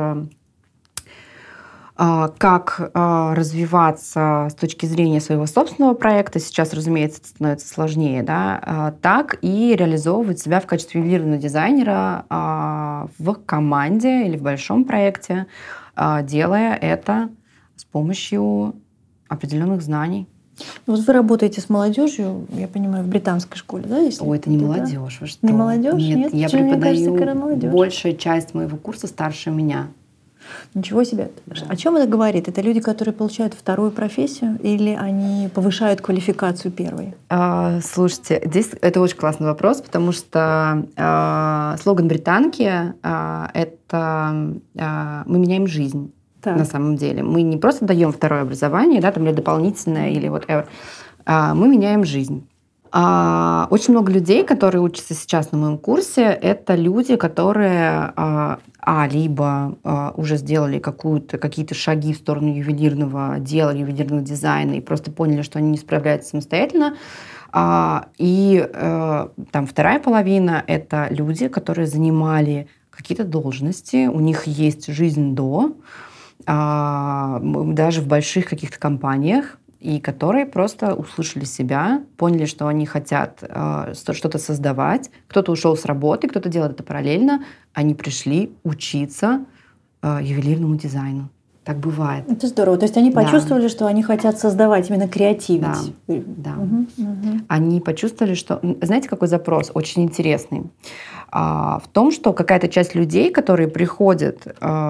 как развиваться с точки зрения своего собственного проекта, сейчас, разумеется, это становится сложнее, да, так и реализовывать себя в качестве ювелирного дизайнера в команде или в большом проекте, делая это с помощью определенных знаний. Вот вы работаете с молодежью, я понимаю, в британской школе, да? Ой, это не молодежь. Вы что? Не молодежь? Нет, я преподаю, большая часть моего курса старше меня. Ничего себе. Да. О чем это говорит? Это люди, которые получают вторую профессию, или они повышают квалификацию первой? Слушайте, здесь это очень классный вопрос, потому что слоган британки это «Мы меняем жизнь». Так. На самом деле. Мы не просто даем второе образование, да, там, или дополнительное, или whatever. Мы меняем жизнь. Очень много людей, которые учатся сейчас на моем курсе, это люди, которые либо уже сделали какие-то шаги в сторону ювелирного дела, ювелирного дизайна и просто поняли, что они не справляются самостоятельно. И там вторая половина — это люди, которые занимали какие-то должности, у них есть жизнь до, даже в больших каких-то компаниях, и которые просто услышали себя, поняли, что они хотят что-то создавать. Кто-то ушел с работы, кто-то делает это параллельно. Они пришли учиться ювелирному дизайну. Так бывает. Это здорово. То есть они почувствовали, что они хотят создавать, именно креативить. Да. Они почувствовали, что... Знаете, какой запрос? Очень интересный. В том, что какая-то часть людей, которые приходят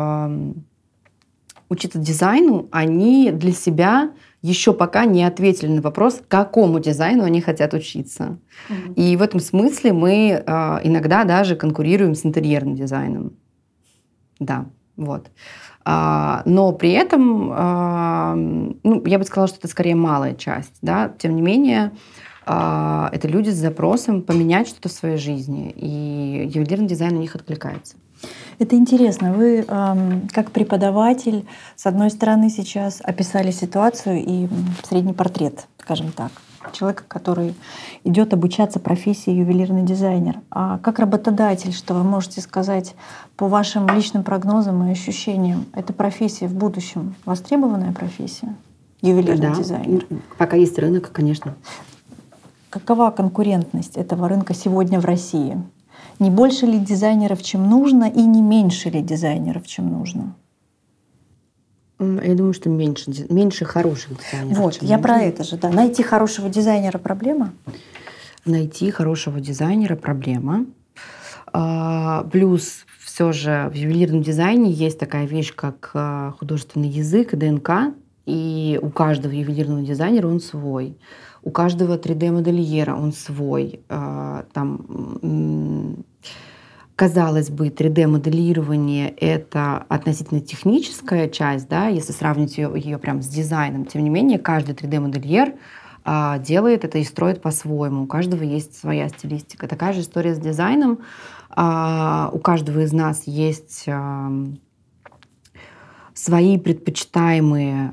учиться дизайну, они для себя еще пока не ответили на вопрос, к какому дизайну они хотят учиться. И в этом смысле мы иногда даже конкурируем с интерьерным дизайном. Да, вот. Но при этом, я бы сказала, что это скорее малая часть. Да? Тем не менее, это люди с запросом поменять что-то в своей жизни. И ювелирный дизайн у них откликается. Это интересно. Вы, как преподаватель, с одной стороны, сейчас описали ситуацию и средний портрет, скажем так, человека, который идет обучаться профессии ювелирный дизайнер. А как работодатель, что вы можете сказать по вашим личным прогнозам и ощущениям? Эта профессия в будущем востребованная профессия? Ювелирный дизайнер? Пока есть рынок, конечно. Какова конкурентность этого рынка сегодня в России? Не больше ли дизайнеров, чем нужно, и не меньше ли дизайнеров, чем нужно? Я думаю, что меньше хороших дизайнеров. Вот, я про это же. Да. Найти хорошего дизайнера — проблема? Найти хорошего дизайнера — проблема. Плюс все же в ювелирном дизайне есть такая вещь, как художественный язык и ДНК. И у каждого ювелирного дизайнера он свой. У каждого 3D-модельера он свой. Казалось бы, 3D-моделирование — это относительно техническая часть, да, если сравнить ее прям с дизайном. Тем не менее, каждый 3D-модельер делает это и строит по-своему. У каждого есть своя стилистика. Такая же история с дизайном. У каждого из нас есть свои предпочитаемые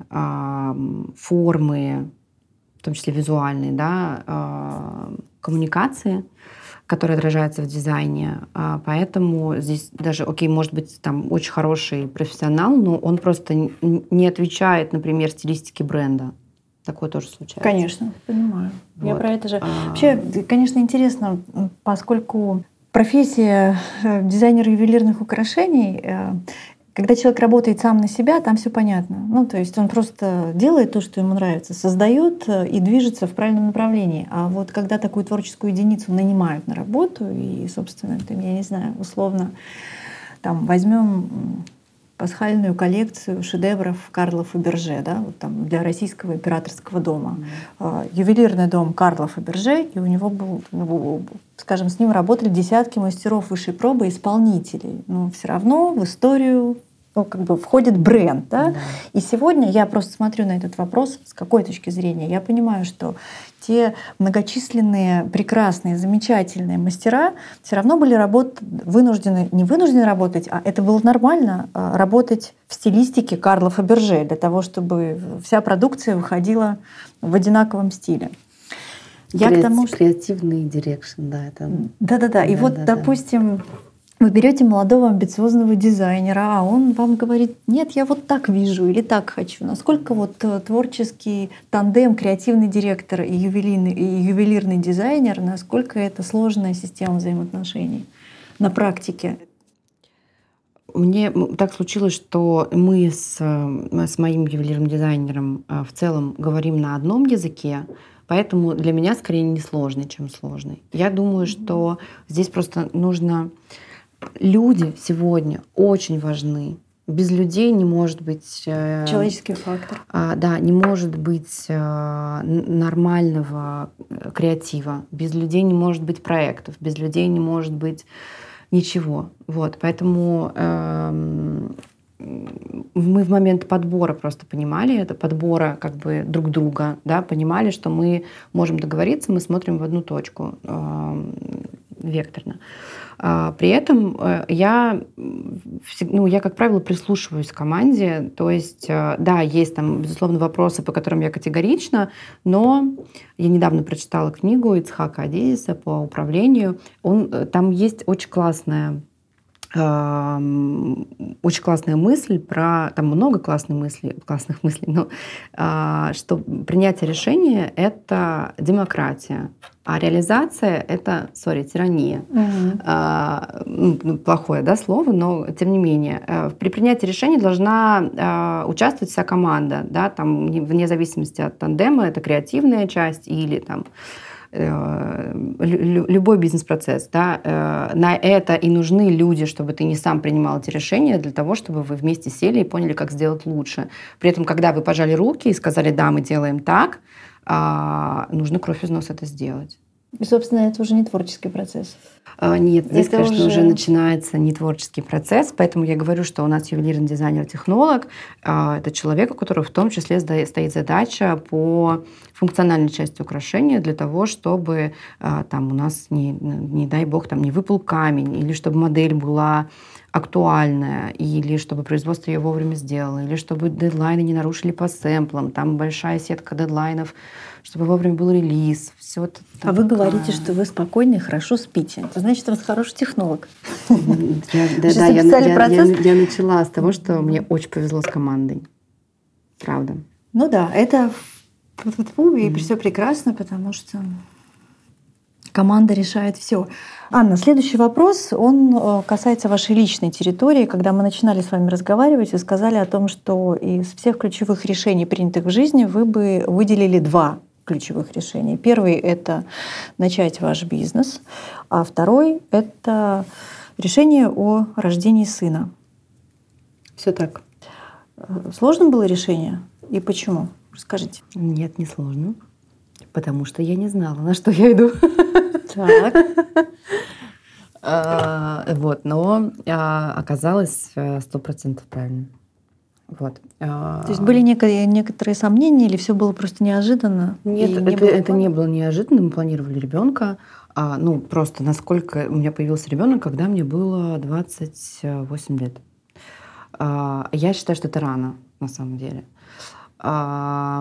формы, в том числе визуальные, да, коммуникации, которые отражаются в дизайне. Поэтому здесь даже, может быть, там очень хороший профессионал, но он просто не отвечает, например, стилистике бренда. Такое тоже случается. Конечно, понимаю. Вот. Я про это же. Вообще, конечно, интересно, поскольку профессия дизайнера ювелирных украшений, когда человек работает сам на себя, там все понятно. То есть он просто делает то, что ему нравится, создает и движется в правильном направлении. А вот когда такую творческую единицу нанимают на работу, и, собственно, я не знаю, условно, там возьмем пасхальную коллекцию шедевров Карла Фаберже, да, вот там для Российского императорского дома. Ювелирный дом Карла Фаберже, и у него был, скажем, с ним работали десятки мастеров высшей пробы, исполнителей. Но все равно в историю входит бренд. Да? И сегодня я просто смотрю на этот вопрос с какой точки зрения. Я понимаю, что те многочисленные, прекрасные, замечательные мастера все равно были не вынуждены работать, а это было нормально работать в стилистике Карла Фаберже для того, чтобы вся продукция выходила в одинаковом стиле. Креативный дирекшн, да. Да. И вот, допустим, вы берете молодого амбициозного дизайнера, а он вам говорит: нет, я вот так вижу или так хочу. Насколько вот творческий тандем, креативный директор и ювелирный дизайнер, насколько это сложная система взаимоотношений на практике? Мне так случилось, что мы с моим ювелирным дизайнером в целом говорим на одном языке, поэтому для меня скорее не сложный, чем сложный. Я думаю, что здесь просто нужно... Люди сегодня очень важны. Без людей не может быть... Человеческий фактор. Да, не может быть нормального креатива. Без людей не может быть проектов. Без людей не может быть ничего. Вот. Поэтому мы в момент подбора просто понимали это, подбора друг друга, да, понимали, что мы можем договориться, мы смотрим в одну точку векторно. При этом я, как правило, прислушиваюсь к команде. То есть, да, есть там, безусловно, вопросы, по которым я категорична, но я недавно прочитала книгу Ицхака Адизиса по управлению. Там есть очень классная очень классная мысль про... Там много классных мыслей, но что принятие решения — это демократия, а реализация — это, тирания. Плохое, да, слово, но тем не менее. При принятии решений должна участвовать вся команда, да, там, вне зависимости от тандема, это креативная часть или там любой бизнес-процесс, да, на это и нужны люди, чтобы ты не сам принимал эти решения, для того, чтобы вы вместе сели и поняли, как сделать лучше. При этом, когда вы пожали руки и сказали: да, мы делаем так, нужно кровь из носа это сделать. И, собственно, это уже не творческий процесс. Нет, здесь, это конечно, уже начинается не творческий процесс, поэтому я говорю, что у нас ювелирный дизайнер-технолог — это человек, у которого в том числе стоит задача по функциональной части украшения для того, чтобы там у нас, не дай бог, там не выпал камень, или чтобы модель была актуальная, или чтобы производство ее вовремя сделало, или чтобы дедлайны не нарушили по сэмплам, там большая сетка дедлайнов, чтобы вовремя был релиз. Все это а вы говорите, что вы спокойно и хорошо спите. Это значит, у вас хороший технолог. Я начала с того, что мне очень повезло с командой. Правда. Ну да, это и все прекрасно, потому что команда решает все. Анна, следующий вопрос, он касается вашей личной территории. Когда мы начинали с вами разговаривать, вы сказали о том, что из всех ключевых решений, принятых в жизни, вы бы выделили 2 ключевых решений. Первый — это начать ваш бизнес, а второй — это решение о рождении сына. Все так. Сложно было решение? И почему? Расскажите. Нет, не сложно. Потому что я не знала, на что я иду. Так. Но оказалось 100% правильно. Вот. То есть были некоторые сомнения, или все было просто неожиданно? Нет, это не было неожиданно. Мы планировали ребенка. Просто насколько у меня появился ребенок, когда мне было 28 лет. Я считаю, что это рано, на самом деле. А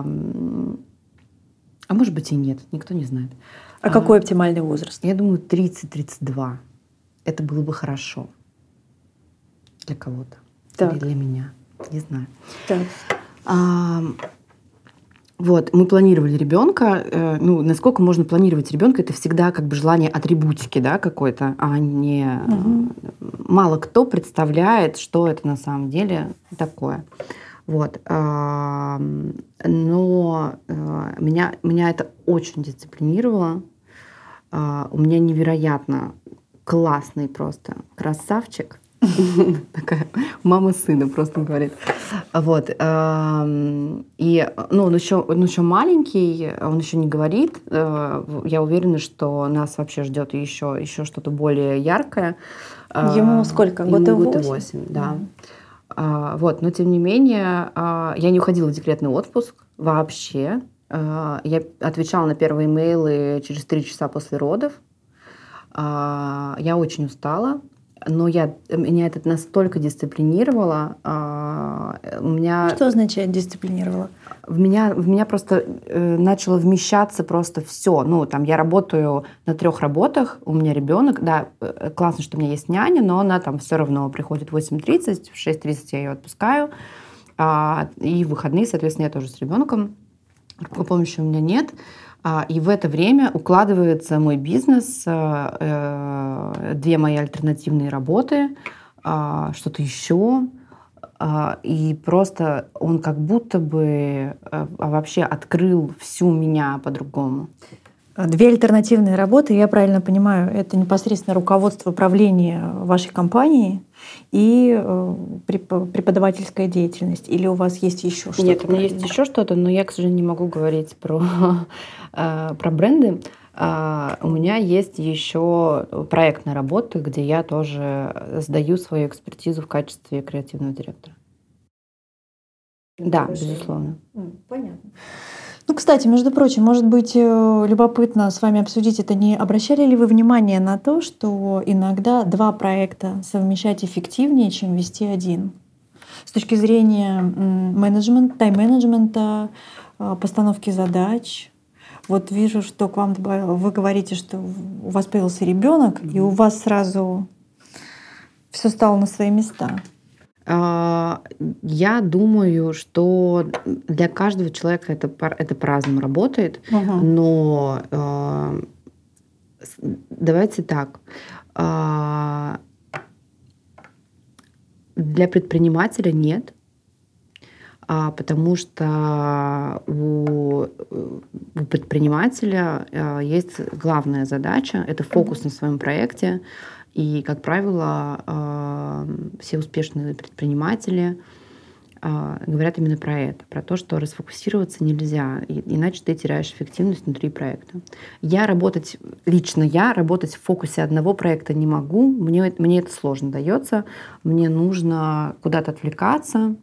может быть и нет, никто не знает. А какой оптимальный возраст? Я думаю, 30-32. Это было бы хорошо для кого-то. Или для меня. Не знаю. Так. Вот, мы планировали ребенка. Насколько можно планировать ребенка, это всегда как бы желание атрибутики, да, какой-то, а не... Мало кто представляет, что это на самом деле такое. Вот. Но меня это очень дисциплинировало. У меня невероятно классный просто красавчик. Такая мама сына просто говорит. Вот. И он еще маленький, он еще не говорит. Я уверена, что нас вообще ждет еще что-то более яркое. Ему сколько? Год и 8, да. Вот. Но тем не менее, я не уходила в декретный отпуск вообще. Я отвечала на первые имейлы через 3 часа после родов. Я очень устала. Но меня это настолько дисциплинировало. Что означает дисциплинировало? В меня просто начало вмещаться просто все. Я работаю на 3 работах, у меня ребенок. Да, классно, что у меня есть няня, но она там все равно приходит в 8:30, в 6:30 я ее отпускаю. И в выходные, соответственно, я тоже с ребенком. Помощи у меня нет. И в это время укладывается мой бизнес, 2 мои альтернативные работы, что-то еще. И просто он как будто бы вообще открыл всю меня по-другому. 2 альтернативные работы, я правильно понимаю, это непосредственно руководство правления вашей компании и преподавательская деятельность? Или у вас есть еще что-то? Нет, у меня есть еще что-то, но я, к сожалению, не могу говорить про бренды. У меня есть еще проектная работа, где я тоже сдаю свою экспертизу в качестве креативного директора. Да, безусловно. Понятно. Кстати, между прочим, может быть, любопытно с вами обсудить это. Не обращали ли вы внимание на то, что иногда 2 проекта совмещать эффективнее, чем вести 1? С точки зрения тайм-менеджмента, постановки задач. Вот вижу, что к вам вы говорите, что у вас появился ребенок, и у вас сразу все стало на свои места? Я думаю, что для каждого человека это по-разному работает, но давайте так. Для предпринимателя нет, потому что у предпринимателя есть главная задача — это фокус на своем проекте. И, как правило, все успешные предприниматели говорят именно про это, про то, что расфокусироваться нельзя, иначе ты теряешь эффективность внутри проекта. Лично я работать в фокусе одного проекта не могу, мне это сложно дается, мне нужно куда-то отвлекаться.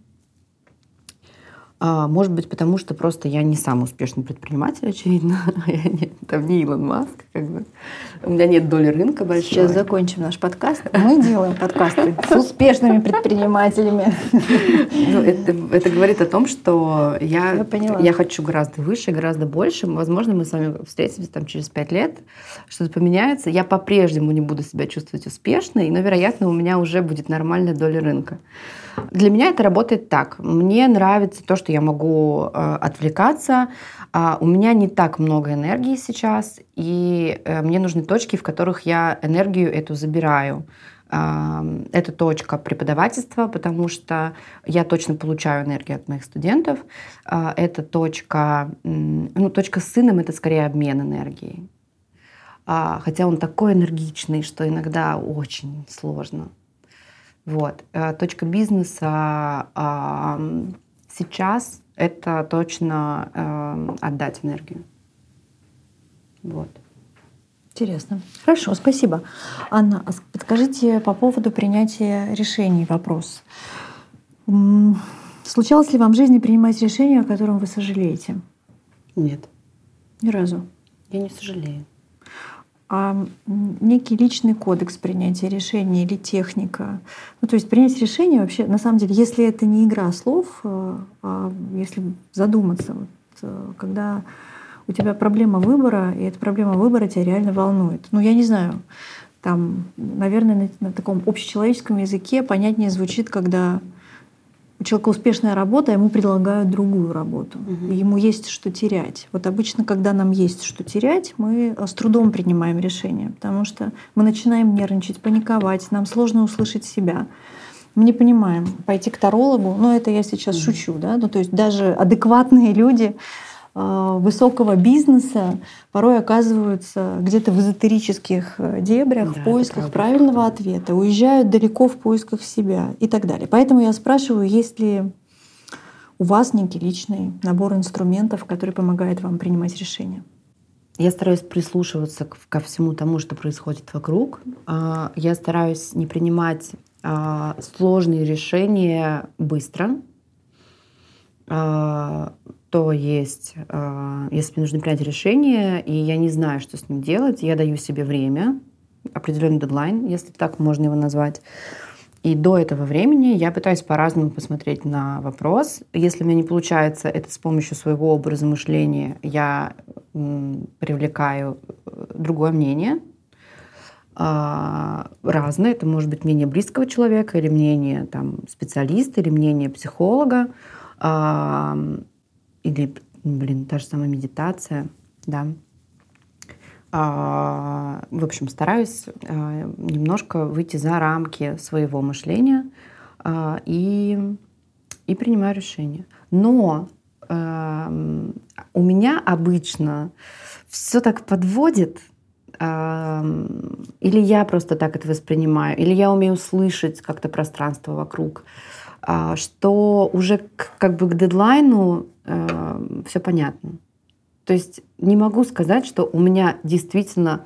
Может быть, потому что просто я не самый успешный предприниматель, очевидно. Я не Илон Маск, как бы. У меня нет доли рынка большой. Сейчас закончим наш подкаст. Мы делаем подкасты с успешными предпринимателями. Это говорит о том, что я хочу гораздо выше, гораздо больше. Возможно, мы с вами встретимся там через 5 лет, что-то поменяется. Я по-прежнему не буду себя чувствовать успешной, но, вероятно, у меня уже будет нормальная доля рынка. Для меня это работает так. Мне нравится то, что я могу отвлекаться. У меня не так много энергии сейчас, и мне нужны точки, в которых я энергию эту забираю. Это точка преподавательства, потому что я точно получаю энергию от моих студентов. Это точка с сыном — это скорее обмен энергией. Хотя он такой энергичный, что иногда очень сложно. Вот. Точка бизнеса сейчас — это точно отдать энергию. Вот. Интересно. Хорошо, спасибо. Анна, подскажите по поводу принятия решений вопрос. Случалось ли вам в жизни принимать решения, о котором вы сожалеете? Нет. Ни разу? Я не сожалею. А некий личный кодекс принятия решений или техника? То есть принять решение вообще, на самом деле, если это не игра слов, если задуматься, когда у тебя проблема выбора, и эта проблема выбора тебя реально волнует. Я не знаю, там, наверное, на таком общечеловеческом языке понятнее звучит, когда у человека успешная работа, ему предлагают другую работу. И ему есть что терять. Вот обычно, когда нам есть что терять, мы с трудом принимаем решение, потому что мы начинаем нервничать, паниковать, нам сложно услышать себя. Мы не понимаем, пойти к тарологу, это я сейчас шучу, да, то есть даже адекватные люди высокого бизнеса порой оказываются где-то в эзотерических дебрях, в поисках правильного ответа, уезжают далеко в поисках себя и так далее. Поэтому я спрашиваю, есть ли у вас некий личный набор инструментов, который помогает вам принимать решения? Я стараюсь прислушиваться ко всему тому, что происходит вокруг. Я стараюсь не принимать сложные решения быстро. То есть, если мне нужно принять решение, и я не знаю, что с ним делать, я даю себе время, определенный дедлайн, если так можно его назвать. И до этого времени я пытаюсь по-разному посмотреть на вопрос. Если у меня не получается это с помощью своего образа мышления, я привлекаю другое мнение. Разное. Это может быть мнение близкого человека, или мнение специалиста, или мнение психолога. Или, та же самая медитация, да. В общем, стараюсь немножко выйти за рамки своего мышления и принимаю решения. Но у меня обычно все так подводит, или я просто так это воспринимаю, или я умею слышать как-то пространство вокруг, что уже как бы к дедлайну все понятно. То есть не могу сказать, что у меня действительно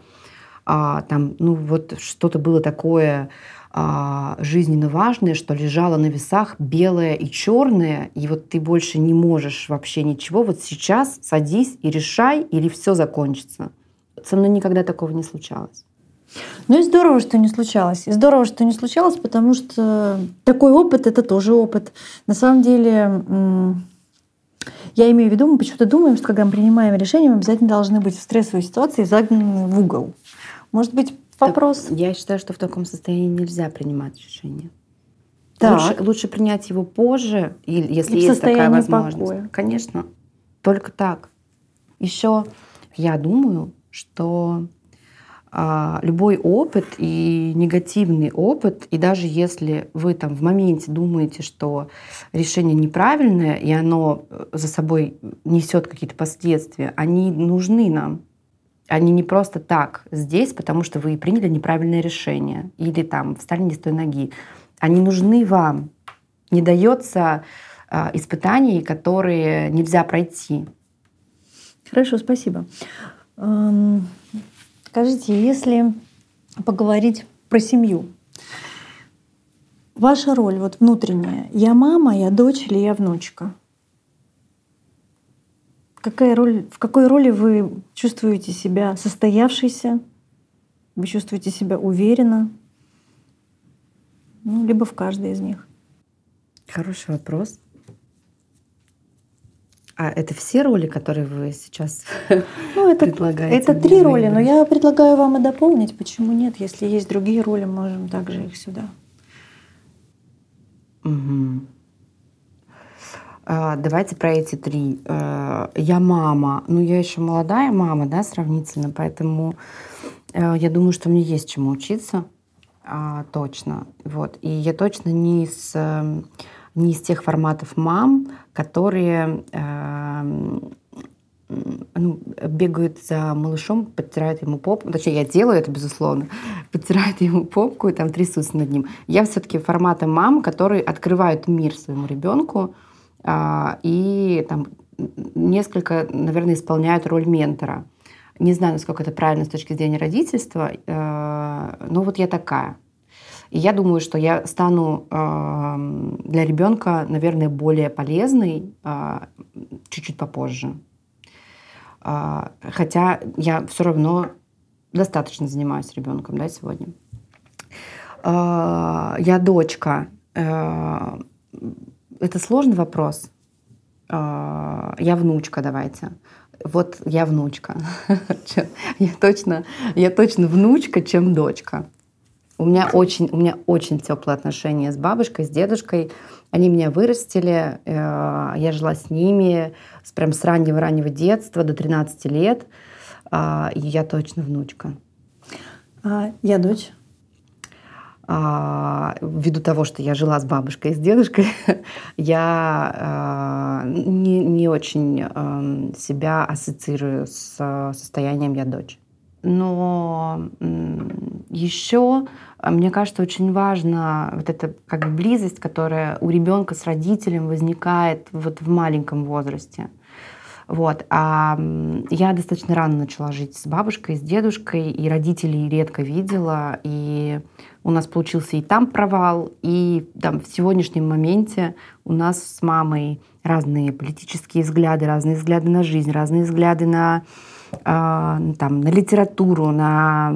что-то было такое жизненно важное, что лежало на весах белое и черное, и вот ты больше не можешь вообще ничего. Вот сейчас садись и решай, или все закончится. Со мной никогда такого не случалось. И здорово, что не случалось. И здорово, что не случалось, потому что такой опыт — это тоже опыт. На самом деле, я имею в виду, мы почему-то думаем, что когда мы принимаем решение, мы обязательно должны быть в стрессовой ситуации загнаны в угол. Может быть, вопрос. Я считаю, что в таком состоянии нельзя принимать решение. Так. Лучше принять его позже, если И в есть такая состоянии возможность. покоя. Конечно, только так. Еще я думаю, что любой опыт и негативный опыт, и даже если вы там в моменте думаете, что решение неправильное, и оно за собой несет какие-то последствия, они нужны нам. Они не просто так здесь, потому что вы приняли неправильное решение или там встали не с той ноги. Они нужны вам. Не дается испытаний, которые нельзя пройти. Хорошо, спасибо. Скажите, если поговорить про семью, ваша роль вот внутренняя, я мама, я дочь или я внучка? В какой роли вы чувствуете себя состоявшейся? Вы чувствуете себя уверенно? Ну, либо в каждой из них. Хороший вопрос. А это все роли, которые вы сейчас предлагаете? Это 3 роли, но я предлагаю вам и дополнить. Почему нет? Если есть другие роли, можем также их сюда. Угу. Давайте про эти 3. Я мама. Ну, я еще молодая мама, да, сравнительно, поэтому я думаю, что мне есть чему учиться. Точно. Вот. И я точно не из тех форматов мам, которые бегают за малышом, подтирают ему попку. Точнее, я делаю это, безусловно. Подтирают ему попку и там трясутся над ним. Я все-таки формата мам, которые открывают мир своему ребенку и там несколько, наверное, исполняют роль ментора. Не знаю, насколько это правильно с точки зрения родительства, но вот я такая. И я думаю, что я стану для ребенка, наверное, более полезной чуть-чуть попозже. Хотя я все равно достаточно занимаюсь ребенком, да, сегодня. Я дочка. Это сложный вопрос. Я внучка, давайте. Вот я внучка. Я точно внучка, чем дочка. У меня очень теплые отношения с бабушкой, с дедушкой. Они меня вырастили, я жила с ними прям с раннего детства до 13 лет. И я точно внучка. Я дочь. Ввиду того, что я жила с бабушкой и с дедушкой, я не очень себя ассоциирую с состоянием «я дочь». Но еще, мне кажется, очень важна вот эта как бы близость, которая у ребенка с родителем возникает вот в маленьком возрасте. Вот. А я достаточно рано начала жить с бабушкой, с дедушкой, и родителей редко видела. И у нас получился и там провал, и там в сегодняшнем моменте у нас с мамой разные политические взгляды, разные взгляды на жизнь, разные взгляды на литературу, на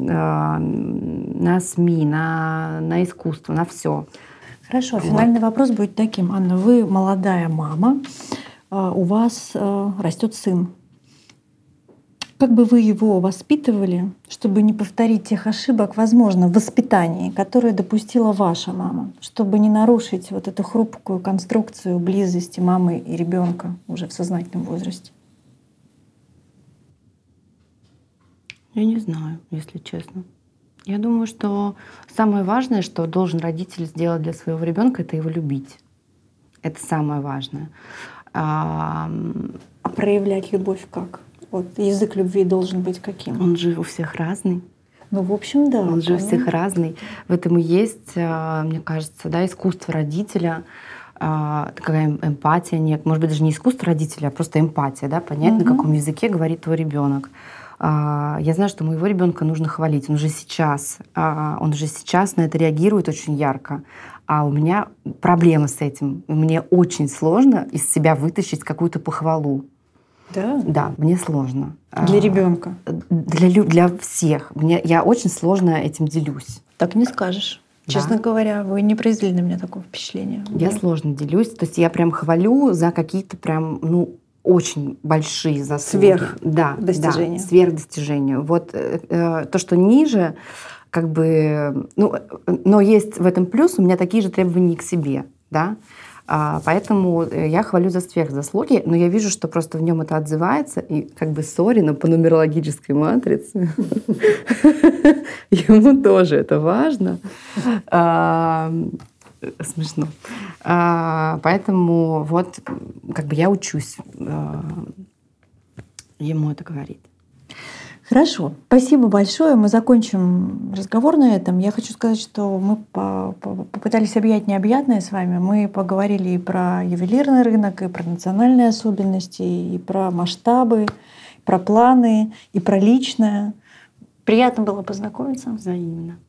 СМИ, на искусство, на все. Хорошо, финальный вопрос будет таким. Анна, вы молодая мама, у вас растет сын. Как бы вы его воспитывали, чтобы не повторить тех ошибок, возможно, в воспитании, которые допустила ваша мама, чтобы не нарушить вот эту хрупкую конструкцию близости мамы и ребенка уже в сознательном возрасте? Я не знаю, если честно. Я думаю, что самое важное, что должен родитель сделать для своего ребенка, это его любить. Это самое важное. А проявлять любовь как? Вот язык любви должен быть каким? Он же у всех разный. Ну, в общем, да. Он же у всех разный. В этом и есть, мне кажется, да, искусство родителя, такая эмпатия, может быть, даже не искусство родителя, а просто эмпатия, да, понять, на каком языке говорит твой ребенок. Я знаю, что моего ребенка нужно хвалить. Он же сейчас на это реагирует очень ярко. А у меня проблема с этим. Мне очень сложно из себя вытащить какую-то похвалу. Да? Да, мне сложно. Для ребенка? Для всех. Я очень сложно этим делюсь. Так не скажешь. Да. Честно говоря, вы не произвели на меня такого впечатления. Я сложно делюсь. То есть я прям хвалю за какие-то прям, очень большие заслуги. Сверхдостижения. Да, сверхдостижения. Вот то, что ниже, как бы, но есть в этом плюс, у меня такие же требования к себе, да. Поэтому я хвалю за сверхзаслуги, но я вижу, что просто в нем это отзывается, и как бы сори, но по нумерологической матрице ему тоже это важно. Смешно. Поэтому вот как бы я учусь ему это говорить. Хорошо, спасибо большое. Мы закончим разговор на этом. Я хочу сказать, что мы попытались объять необъятное с вами. Мы поговорили и про ювелирный рынок, и про национальные особенности, и про масштабы, и про планы, и про личное. Приятно было познакомиться. Взаимно.